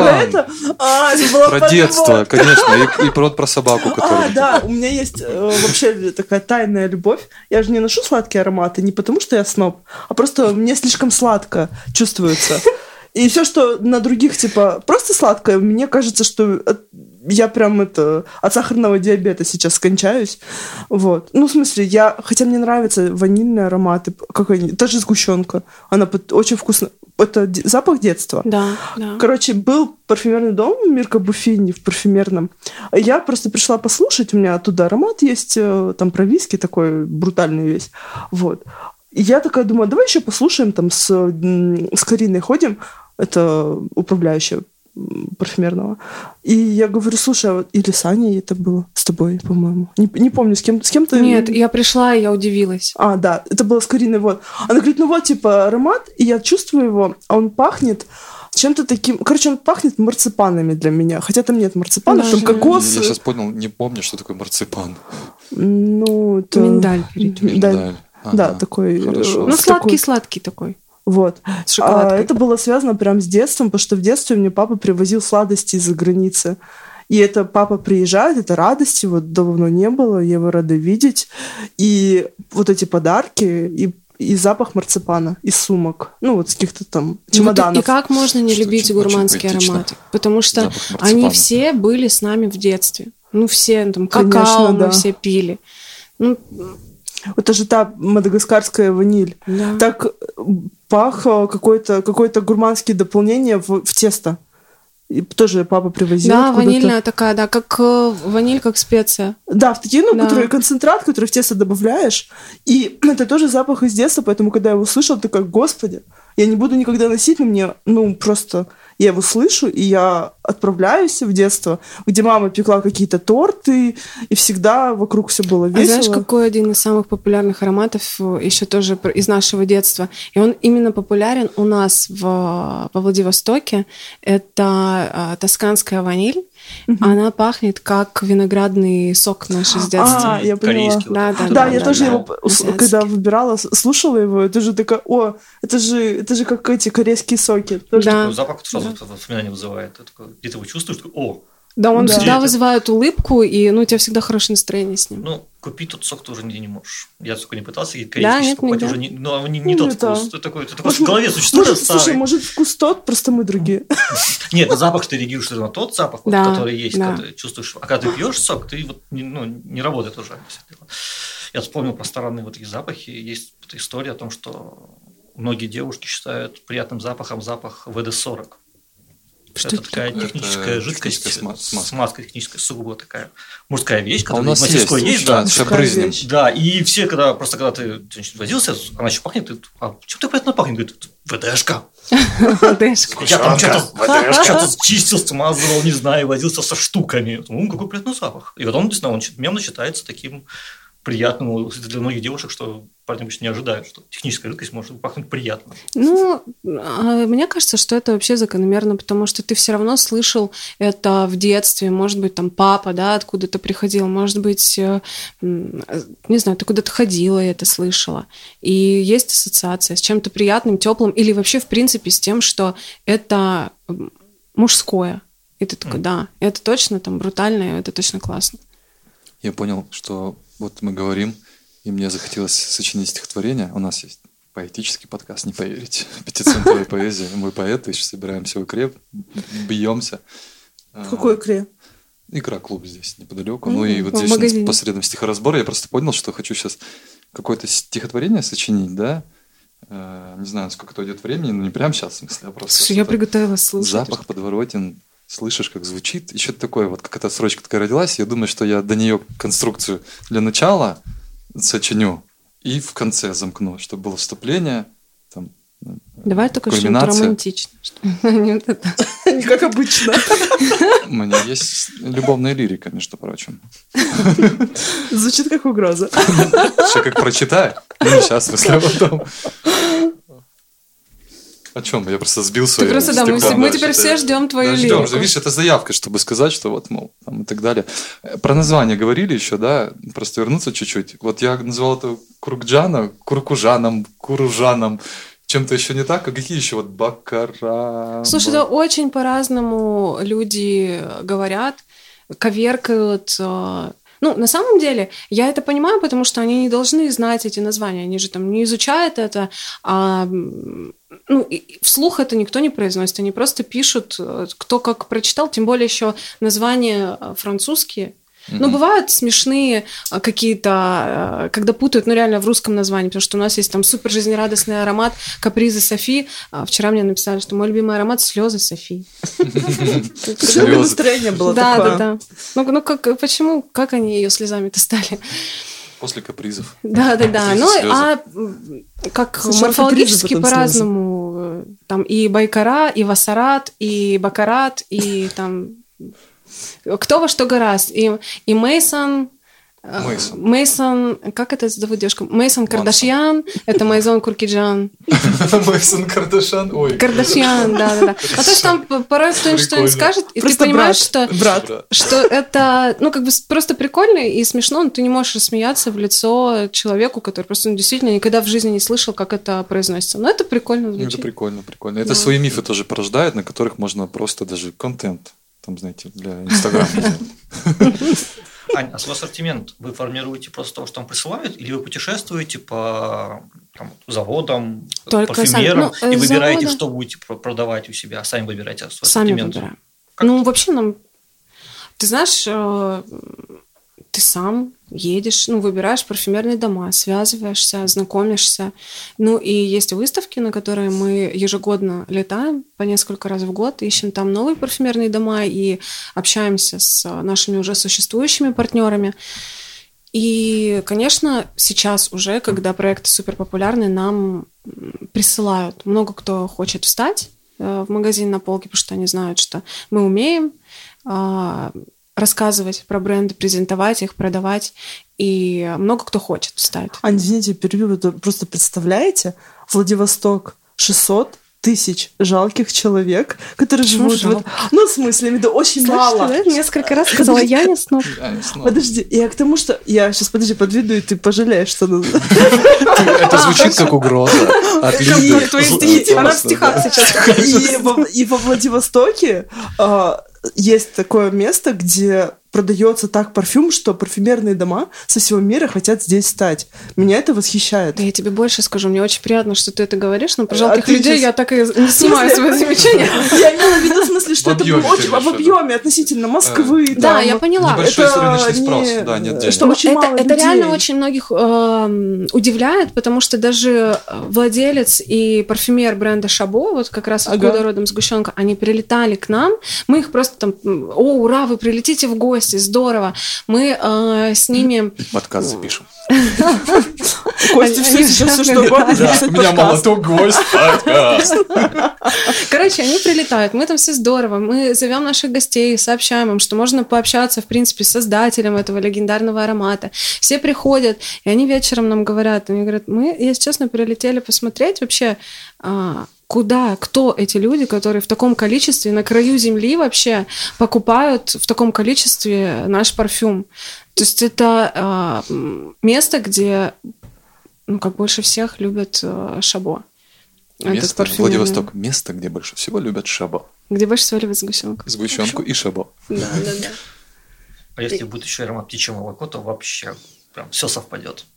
Speaker 3: детство, конечно, и про собаку, которую...
Speaker 4: Да, у меня есть вообще такая тайная любовь. Я же не ношу сладкие ароматы, не потому что я сноб, а просто мне слишком сладко чувствуется. И все, что на других, просто сладкое, мне кажется, что я прям от сахарного диабета сейчас скончаюсь. Вот. В смысле, хотя мне нравятся ванильные ароматы, даже сгущенка. Она очень вкусная. Это запах детства.
Speaker 2: Да.
Speaker 4: Короче, был парфюмерный дом Мирка Буффини в парфюмерном. Я просто пришла послушать, у меня оттуда аромат есть, там про виски такой брутальный весь. Вот. И я такая думаю, давай еще послушаем, там с Кариной ходим, это управляющая парфюмерного. И я говорю, слушай, или с Аней это было с тобой, по-моему. Не помню, с кем-то...
Speaker 2: Нет, я пришла, и я удивилась.
Speaker 4: Да, это было с Кариной, вот. Она говорит, аромат, и я чувствую его, а он пахнет чем-то таким... Короче, он пахнет марципанами для меня, хотя там нет марципана, там кокос...
Speaker 3: Я сейчас понял, не помню, что такое марципан.
Speaker 4: Это...
Speaker 2: Миндаль.
Speaker 3: Миндаль.
Speaker 4: Да, такой...
Speaker 2: Сладкий-сладкий такой.
Speaker 4: Вот. Это было связано прям с детством, потому что в детстве мне папа привозил сладости из-за границы. И это папа приезжает, это радости, давно не было, я его рада видеть. И вот эти подарки, и запах марципана, из сумок, с каких-то там чемоданов.
Speaker 2: И как можно не любить гурманские ароматы? Потому что они все были с нами в детстве. Все, какао мы все пили.
Speaker 4: Это же та мадагаскарская ваниль.
Speaker 2: Да.
Speaker 4: Так пах какое-то гурманское дополнение в тесто. И тоже папа привозил.
Speaker 2: Да,
Speaker 4: откуда-то.
Speaker 2: ванильная такая, да, как ваниль, как специя.
Speaker 4: Да, в такие,
Speaker 2: Да.
Speaker 4: которые концентрат, который в тесто добавляешь. И это тоже запах из детства, поэтому, когда я его слышала, ты как, господи, я не буду никогда носить, но мне, просто я его слышу, и я отправляюсь в детство, где мама пекла какие-то торты, и всегда вокруг все было весело.
Speaker 2: А знаешь, какой один из самых популярных ароматов еще тоже из нашего детства? И он именно популярен у нас во Владивостоке. Это тосканская ваниль. Она пахнет как виноградный сок наш из детства.
Speaker 4: Я поняла.
Speaker 2: Да,
Speaker 4: я тоже его, когда выбирала, слушала его, это же такая, это же как эти корейские соки.
Speaker 5: Тоже такой запах сразу воспоминания вызывает. Где ты его чувствуешь,
Speaker 2: Да, он всегда вызывает улыбку, и у тебя всегда хорошее настроение с ним.
Speaker 5: Купить тот сок ты уже нигде не можешь. Я только не пытался, и корейский покупать уже не тот вкус. Ты такой в голове существует старый.
Speaker 4: Слушай, может, вкус тот, просто мы другие.
Speaker 5: Нет, запах ты реагируешь на тот запах, который есть, когда ты чувствуешь. А когда ты пьешь сок, ты не работает уже. Я вспомнил про странные такие запахи. Есть история о том, что многие девушки считают приятным запахом запах ВД-40. Это такая техническая жидкость, смазка техническая, сугубо такая мужская вещь, которая в мастерской есть.
Speaker 3: Да, шабрызнем.
Speaker 5: Да, и все, когда ты возился, она еще пахнет, чем ты приятно пахнет? Говорит, ВДшка. Я там что-то чистил, смазывал, не знаю, возился со штуками. Какой приятный запах. И вот он действительно мемно считается таким приятным для многих девушек, что парни обычно не ожидают, что техническая жидкость может пахнуть приятно.
Speaker 2: Мне кажется, что это вообще закономерно, потому что ты все равно слышал это в детстве, может быть, там папа, да, откуда-то приходил, может быть, не знаю, ты куда-то ходила и это слышала. И есть ассоциация с чем-то приятным, теплым, или вообще, в принципе, с тем, что это мужское. И ты такой, да, это точно там брутально, это точно классно.
Speaker 3: Я понял, что вот мы говорим, и мне захотелось сочинить стихотворение. У нас есть поэтический подкаст, не поверите. Пятицентовая поэзия. Мы поэты, сейчас собираемся в икре, бьемся.
Speaker 4: В какой икре?
Speaker 3: Игра-клуб здесь неподалеку. И вот здесь посредством стихоразбора я просто понял, что хочу сейчас какое-то стихотворение сочинить, да? Не знаю, сколько это идет времени, но не прямо сейчас, в смысле, а просто...
Speaker 2: Слушай, я приготовилась слушать.
Speaker 3: Запах подворотен. Слышишь, как звучит, и что-то такое, вот как эта строчка такая родилась, я думаю, что я до нее конструкцию для начала сочиню и в конце замкну, чтобы было вступление, там,
Speaker 2: давай только что-нибудь романтичное.
Speaker 4: Не как обычно.
Speaker 3: У меня есть любовная лирика, между прочим.
Speaker 4: Звучит как угроза.
Speaker 3: Еще как прочитаю. Сейчас, в смысле, потом. О чем? Я просто сбил свою...
Speaker 2: Ты просто, да, мы теперь все ждем твою лирику.
Speaker 3: Ждем, видишь, это заявка, чтобы сказать, что вот, мол, там и так далее. Про название говорили еще, да? Просто вернуться чуть-чуть. Вот я называл это Куркджана, Куркужаном, Куружаном. Чем-то еще не так? А какие еще вот Бакара?
Speaker 2: Слушай, да, очень по-разному люди говорят, коверкают... на самом деле, я это понимаю, потому что они не должны знать эти названия, они же там не изучают это, вслух это никто не произносит, они просто пишут, кто как прочитал, тем более еще названия французские. Бывают смешные какие-то, когда путают, реально в русском названии, потому что у нас есть там супер жизнерадостный аромат капризы Софи. Вчера мне написали, что мой любимый аромат слезы Софи.
Speaker 4: Настроение было такое.
Speaker 2: Да. Почему, как они ее слезами-то стали?
Speaker 3: После капризов.
Speaker 2: Да. Как морфологически по-разному. Там и Байкара, и Вассарат, и Бакарат, и там... Кто во что гораст. И Мейсон, как это зовут девушку? Мейсон Кардашьян, это Майзон Куркиджан.
Speaker 3: Мейсон Кардашьян, ой.
Speaker 2: Кардашьян, да. А то, что там порой кто-нибудь что-нибудь скажет, и ты понимаешь, что это, просто прикольно и смешно, но ты не можешь рассмеяться в лицо человеку, который просто действительно никогда в жизни не слышал, как это произносится. Но это прикольно звучит.
Speaker 3: Это прикольно. Это свои мифы тоже порождает, на которых можно просто даже контент, там, знаете, для Инстаграма.
Speaker 5: Ань, а свой ассортимент вы формируете просто того, что вам присылают, или вы путешествуете по заводам, парфюмерам и выбираете, что будете продавать у себя, сами выбираете свой ассортимент?
Speaker 2: Сами выбираем. Вообще нам... Ты знаешь, ты сам едешь, выбираешь парфюмерные дома, связываешься, знакомишься. И есть выставки, на которые мы ежегодно летаем по несколько раз в год, ищем там новые парфюмерные дома и общаемся с нашими уже существующими партнерами. И, конечно, сейчас уже, когда проекты суперпопулярны, нам присылают. Много кто хочет встать в магазин на полке, потому что они знают, что мы умеем рассказывать про бренды, презентовать их, продавать. И много кто хочет встать.
Speaker 4: Извините, перебью. Вы просто представляете, Владивосток 600 тысяч жалких человек, которые живут... в смысле, да очень мало.
Speaker 2: Ты несколько раз сказала «я не сноб».
Speaker 4: Подожди, я к тому, что... Я сейчас, подведу, и ты пожалеешь, что...
Speaker 3: Это звучит как угроза.
Speaker 2: Отлично. Она в стихах сейчас.
Speaker 4: И во Владивостоке есть такое место, где продается так парфюм, что парфюмерные дома со всего мира хотят здесь стать. Меня это восхищает.
Speaker 2: Да я тебе больше скажу. Мне очень приятно, что ты это говоришь, но про жалких людей я так и не снимаю свои замечания.
Speaker 4: Я имела в виду, в смысле, что это очень в объеме относительно Москвы.
Speaker 2: Да, я поняла.
Speaker 3: Небольшой рыночный спрос, да, нет денег.
Speaker 2: Это реально очень многих удивляет, потому что даже владелец и парфюмер бренда Шабо, вот как раз откуда родом сгущенка, они прилетали к нам. Мы их просто там, ура, вы прилетите в гости, здорово. Мы с ними...
Speaker 3: Подкаст запишем.
Speaker 4: Костя все сейчас что угодно.
Speaker 3: У меня молоток, гость, подкаст.
Speaker 2: Короче, они прилетают, мы там все здорово, мы зовем наших гостей, сообщаем им, что можно пообщаться, в принципе, с создателем этого легендарного аромата. Все приходят, и они вечером нам говорят, мы, если честно, прилетели посмотреть вообще... кто эти люди, которые в таком количестве на краю земли вообще покупают в таком количестве наш парфюм. То есть это место, где больше всех любят Шабо.
Speaker 3: Владивосток. Место, где больше всего любят Шабо.
Speaker 2: Где больше всего любят сгущенку.
Speaker 3: Сгущенку и Шабо.
Speaker 2: Да.
Speaker 5: А если будет еще аромат птичьего молока, то вообще прям все совпадет.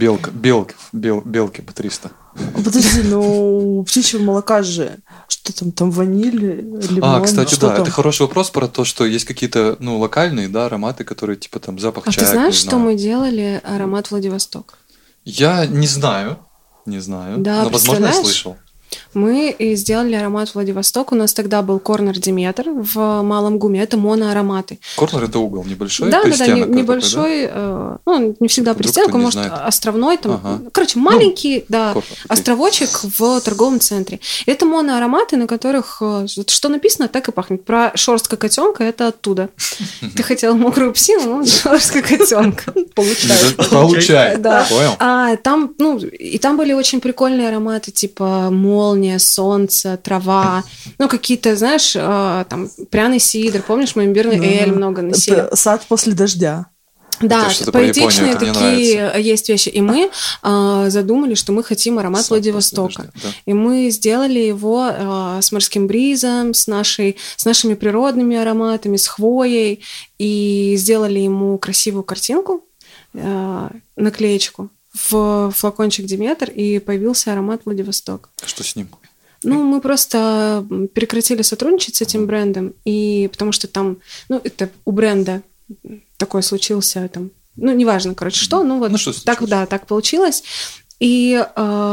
Speaker 3: Белки по 300.
Speaker 4: Подожди, у птичьего молока же что там ваниль, лимон?
Speaker 3: Кстати, да, это хороший вопрос про то, что есть какие-то, локальные, да, ароматы, которые типа там запах чая.
Speaker 2: А ты знаешь, что мы делали аромат Владивосток?
Speaker 3: Я не знаю,
Speaker 2: да,
Speaker 3: но, возможно, я слышал.
Speaker 2: Мы сделали аромат Владивосток. У нас тогда был Корнер Диметр в Малом ГУМе. Это моноароматы.
Speaker 3: Корнер — это угол небольшой,
Speaker 2: да,
Speaker 3: пристенок
Speaker 2: небольшой, не всегда пристенок, может, островной, маленький, островочек в торговом центре. Это моноароматы, на которых что написано, так и пахнет. Про шерстка котенка — это оттуда. Ты хотела мокрую псину, но шерстка котенка.
Speaker 3: Получай.
Speaker 2: Понял. Там были очень прикольные ароматы, типа молния, солнце, трава, какие-то, знаешь, там пряный сидр, помнишь, мы имбирный эль много носили.
Speaker 4: Сад после дождя.
Speaker 2: Да, поэтичные такие есть вещи. И мы задумали, что мы хотим аромат Владивостока. Да. И мы сделали его с морским бризом, с нашими природными ароматами, с хвоей, и сделали ему красивую картинку, наклеечку в флакончик Диметр, и появился аромат Владивосток.
Speaker 3: Что с ним?
Speaker 2: Мы просто прекратили сотрудничать с этим брендом, и потому что там, это у бренда такое случился, неважно, что, что так получилось, и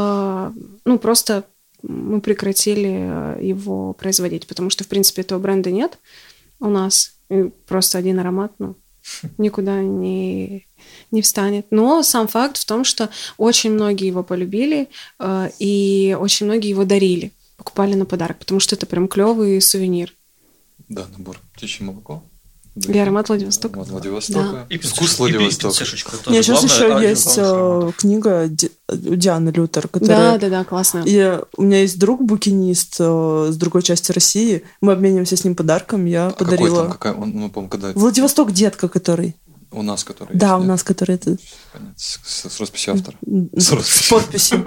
Speaker 2: просто мы прекратили его производить, потому что, в принципе, этого бренда нет у нас, и просто один аромат, никуда не встанет. Но сам факт в том, что очень многие его полюбили, и очень многие его дарили, покупали на подарок, потому что это прям клевый сувенир.
Speaker 3: Да, набор птичье молоко.
Speaker 2: И аромат Владивостока.
Speaker 3: Да. И вкус Владивостока.
Speaker 4: Нет, сейчас еще есть книга у Дианы Лютер, которая...
Speaker 2: Да, классно.
Speaker 4: И у меня есть друг-букинист с другой части России. Мы обмениваемся с ним подарком. Я подарила...
Speaker 3: Когда...
Speaker 4: Владивосток, детка, который...
Speaker 3: У нас, который...
Speaker 4: Да, у нас, который... это.
Speaker 3: С росписью автора.
Speaker 4: С подписью.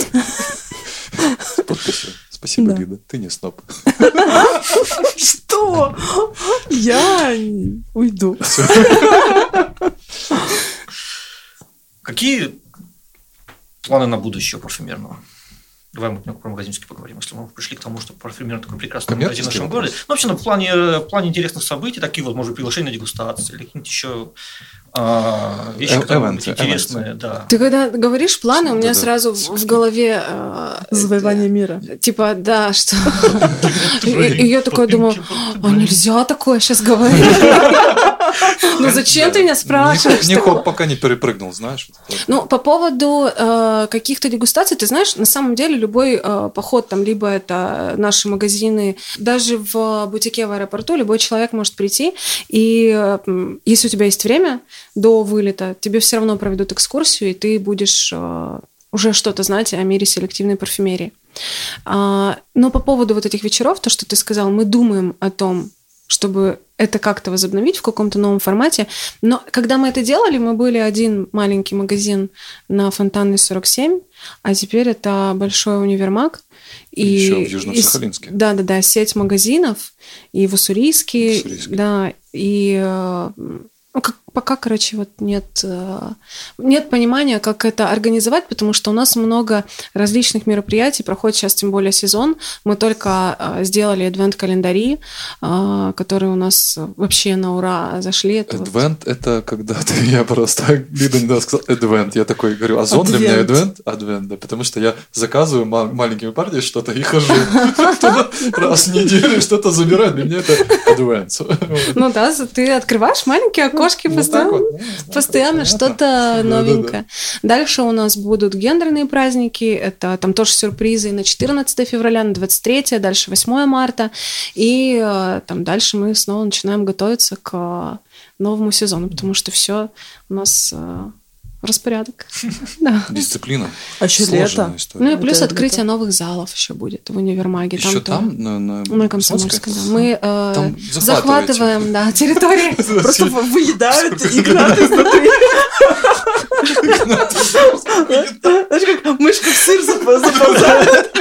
Speaker 3: С подписью. Спасибо, Лида, ты не сноб.
Speaker 4: Что? Я уйду.
Speaker 5: Какие планы на будущее парфюмерного? Давай мы про магазинчики поговорим, если мы пришли к тому, что парфюмер такой прекрасный магазин в нашем городе. Ну, вообще, в плане интересных событий, такие вот, может, приглашения на дегустации или какие-нибудь еще вещи, которые могут быть интересные. Да.
Speaker 2: Ты когда говоришь планы, у меня сразу в голове...
Speaker 4: Завоевание мира.
Speaker 2: Типа, да, что... И я такой думаю, нельзя такое сейчас говорить. Ну, зачем ты меня спрашиваешь?
Speaker 3: Никто пока не перепрыгнул, знаешь.
Speaker 2: Ну, по поводу каких-то дегустаций, ты знаешь, на самом деле любой поход, там, либо это наши магазины, даже в бутике в аэропорту любой человек может прийти, и если у тебя есть время до вылета, тебе все равно проведут экскурсию, и ты будешь уже что-то знать о мире селективной парфюмерии. Но по поводу вот этих вечеров, то, что ты сказал, мы думаем о том, чтобы это как-то возобновить в каком-то новом формате. Но когда мы это делали, мы были один маленький магазин на Фонтанной 47, а теперь это большой универмаг.
Speaker 3: И еще в Южно-Сахалинске.
Speaker 2: Да, сеть магазинов, и в Уссурийске, да, и... Пока, короче, вот нет понимания, как это организовать, потому что у нас много различных мероприятий, проходит сейчас тем более сезон. Мы только сделали адвент-календари, которые у нас вообще на ура зашли.
Speaker 3: Адвент – это когда-то я просто... Лида недавно сказал адвент. Я такой говорю, озон для меня адвент? Адвент, да, потому что я заказываю маленькими партиями что-то и хожу раз в неделю, что-то забираю. Для меня это адвент.
Speaker 2: Ну да, ты открываешь маленькие окошки постоянно что-то новенькое. Дальше у нас будут гендерные праздники, это там тоже сюрпризы на 14 февраля, на 23, дальше 8 марта, и там дальше мы снова начинаем готовиться к новому сезону, потому что все у нас... распорядок. Да.
Speaker 3: Дисциплина.
Speaker 4: А еще лето.
Speaker 2: Ну и плюс открытие новых залов еще будет в универмаге.
Speaker 3: Еще там?
Speaker 2: На Комсомольской, да. Мы захватываем, да, территории.
Speaker 4: Просто выедают Игнат изнутри. Знаешь, как мышка в сыр заползает.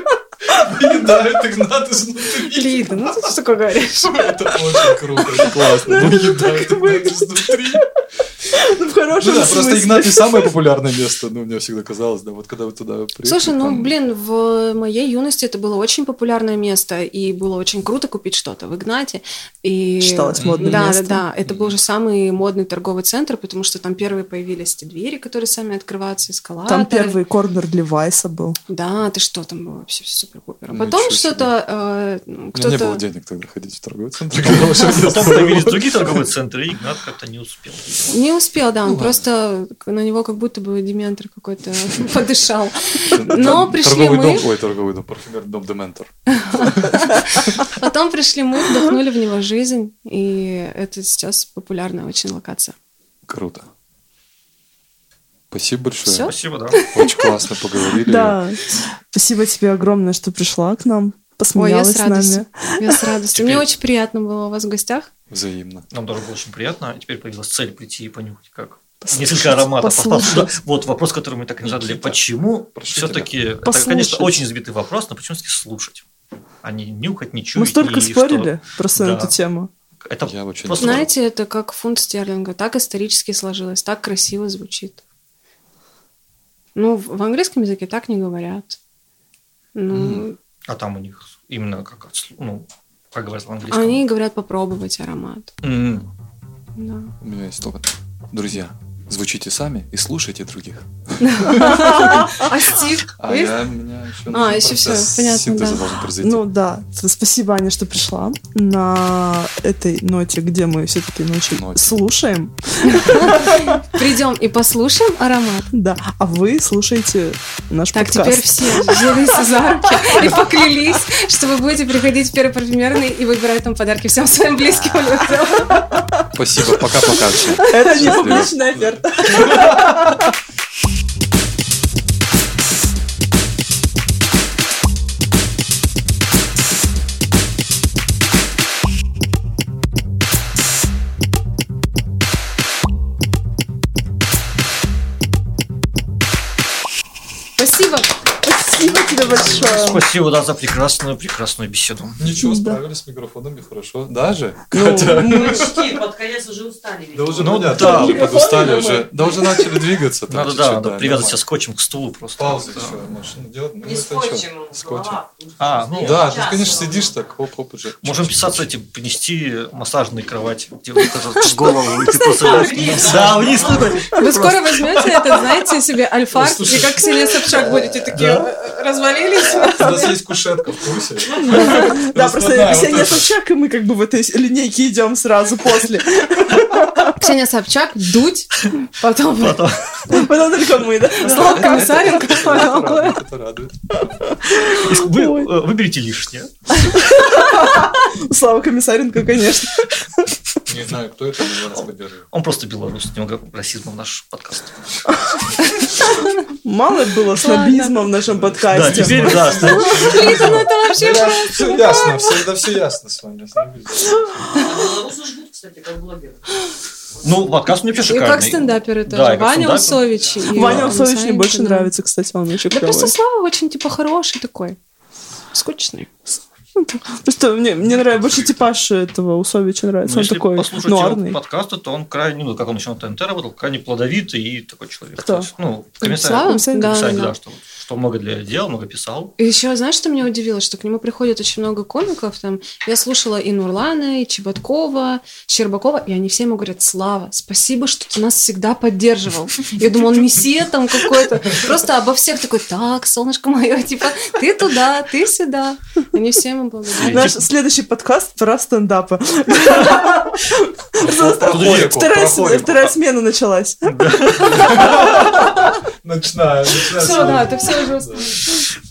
Speaker 3: Выедают Игнат изнутри.
Speaker 2: Лида, ну ты что такое говоришь?
Speaker 3: Это очень круто, это классно. Выедают Игнат изнутри.
Speaker 4: Ну, в хорошем смысле.
Speaker 3: Просто Игнат не самое популярное место, ну, мне всегда казалось, да, вот когда вы туда приехали.
Speaker 2: Слушай, в моей юности это было очень популярное место, и было очень круто купить что-то в Игнате. И...
Speaker 4: Считалось модным местом.
Speaker 2: Да, это был же самый модный торговый центр, потому что там первые появились эти двери, которые сами открываются, эскалаторы.
Speaker 4: Там первый корнер для Вайса был.
Speaker 2: Да, ты что, там было вообще супер-пупер. А потом что-то...
Speaker 3: У меня не было денег тогда ходить в торговый центр.
Speaker 5: Потом появились другие торговые центры, и Игнат как-то не успел.
Speaker 2: Не успел, да, он просто на него как будто бы дементор какой-то подышал. Но пришли мы...
Speaker 3: Торговый дом, парфюмерный дом Дементор.
Speaker 2: Потом пришли мы, вдохнули в него жизнь, и это сейчас популярная очень локация.
Speaker 3: Круто. Спасибо большое.
Speaker 2: Всё?
Speaker 5: Спасибо, да.
Speaker 3: Очень классно поговорили.
Speaker 4: Да. Спасибо тебе огромное, что пришла к нам, посмеялась с нами.
Speaker 2: Я с радостью. Мне очень приятно было у вас в гостях.
Speaker 3: Взаимно.
Speaker 5: Нам тоже было очень приятно. И теперь появилась цель прийти и понюхать, как несколько ароматов. Вот вопрос, который мы так и не задали. Почему все-таки, это, конечно, очень избитый вопрос, но почему все-таки слушать? А не нюхать, не чуять.
Speaker 4: Мы столько спорили просто на эту тему.
Speaker 5: Это
Speaker 2: просто... Знаете, это как фунт стерлинга. Так исторически сложилось, так красиво звучит. Ну, в английском языке так не говорят. Ну...
Speaker 5: А там у них именно как, ну, как говорят в английском?
Speaker 2: Они говорят попробовать аромат.
Speaker 3: Да. У меня есть слово. Друзья, звучите сами и слушайте других.
Speaker 2: А Стив?
Speaker 3: А еще
Speaker 2: все, понятно, да.
Speaker 4: Ну да, спасибо, Аня, что пришла на этой ноте, где мы все-таки ночью слушаем.
Speaker 2: Придем и послушаем аромат.
Speaker 4: Да, а вы слушаете наш подкаст.
Speaker 2: Так, теперь все взялись за руки и поклялись, что вы будете приходить в первый парфюмерный и выбирать там подарки всем своим близким людям.
Speaker 3: Спасибо, пока-пока.
Speaker 4: Это не публичная оферта.
Speaker 2: Спасибо.
Speaker 4: Спасибо тебе большое.
Speaker 5: Спасибо, да, за прекрасную беседу.
Speaker 3: Ничего, справились с микрофонами хорошо. Даже?
Speaker 6: Почти, под конец уже устали.
Speaker 3: Да уже понятно, подустали уже. Да уже начали двигаться.
Speaker 5: Надо привязать себя скотчем к стулу просто.
Speaker 3: Паузы еще машину делать.
Speaker 6: Не скотчем.
Speaker 3: Да, ты, конечно, сидишь так, хоп-хоп уже.
Speaker 5: Можем писаться, принести массажные кровати, где вот голову и ты просто... Да, вниз.
Speaker 2: Вы скоро возьмете этот, знаете, себе альфард, и как Ксения Собчак будете такие развалились.
Speaker 3: У нас есть кушетка в курсе.
Speaker 4: Да, просто Ксения Собчак, и мы как бы в этой линейке идем сразу после.
Speaker 2: Ксения Собчак, дуть, потом
Speaker 4: только мы, да?
Speaker 2: Слава Комиссаренко.
Speaker 3: Это радует.
Speaker 5: Выберите лишнее.
Speaker 4: Слава Комиссаренко, конечно.
Speaker 3: Не знаю, кто это, но я нас поддерживаю.
Speaker 5: Он просто белорус, немного расизма в наш подкаст.
Speaker 4: Мало было снобизма в нашем
Speaker 5: Да,
Speaker 4: подкасте.
Speaker 5: теперь да.
Speaker 2: Блин, ну это вообще просто.
Speaker 3: Все ясно, всегда все ясно с вами.
Speaker 6: Белорусы ждут, кстати, как блогеры.
Speaker 5: Ну, подкаст мне вообще
Speaker 2: И
Speaker 5: шикарный.
Speaker 2: как стендаперы тоже.
Speaker 5: Да, и как
Speaker 2: Ваня
Speaker 5: стендапер.
Speaker 2: Усович.
Speaker 4: Ваня Усович мне больше нравится, кстати, он очень
Speaker 2: Да просто
Speaker 4: клевый.
Speaker 2: Слава очень, типа, хороший такой. Скучный.
Speaker 4: Просто мне нравится, больше типаж этого Усовича нравится.
Speaker 5: Ну,
Speaker 4: Он
Speaker 5: если
Speaker 4: такой
Speaker 5: послушать
Speaker 4: нуарный.
Speaker 5: его подкасты, то он крайне, ну, как он еще на ТНТ работал, крайне плодовитый и такой человек.
Speaker 4: Кто?
Speaker 5: То есть, ну,
Speaker 2: Слава?
Speaker 5: комиссарь,
Speaker 2: Да.
Speaker 5: что много делал, много писал.
Speaker 2: И еще, знаешь, что меня удивило? Что к нему приходит очень много комиков. Там, я слушала и Нурлана, и Чеботкова, Щербакова, и они все ему говорят: Слава, спасибо, что ты нас всегда поддерживал. Я думаю, он мессия там какой-то. Просто обо всех такой: так, солнышко мое, типа, ты туда, ты сюда. Они все ему благодарны.
Speaker 4: Наш следующий подкаст про стендапы. Вторая смена началась.
Speaker 3: Начинаю.
Speaker 2: Все, да, это все уже.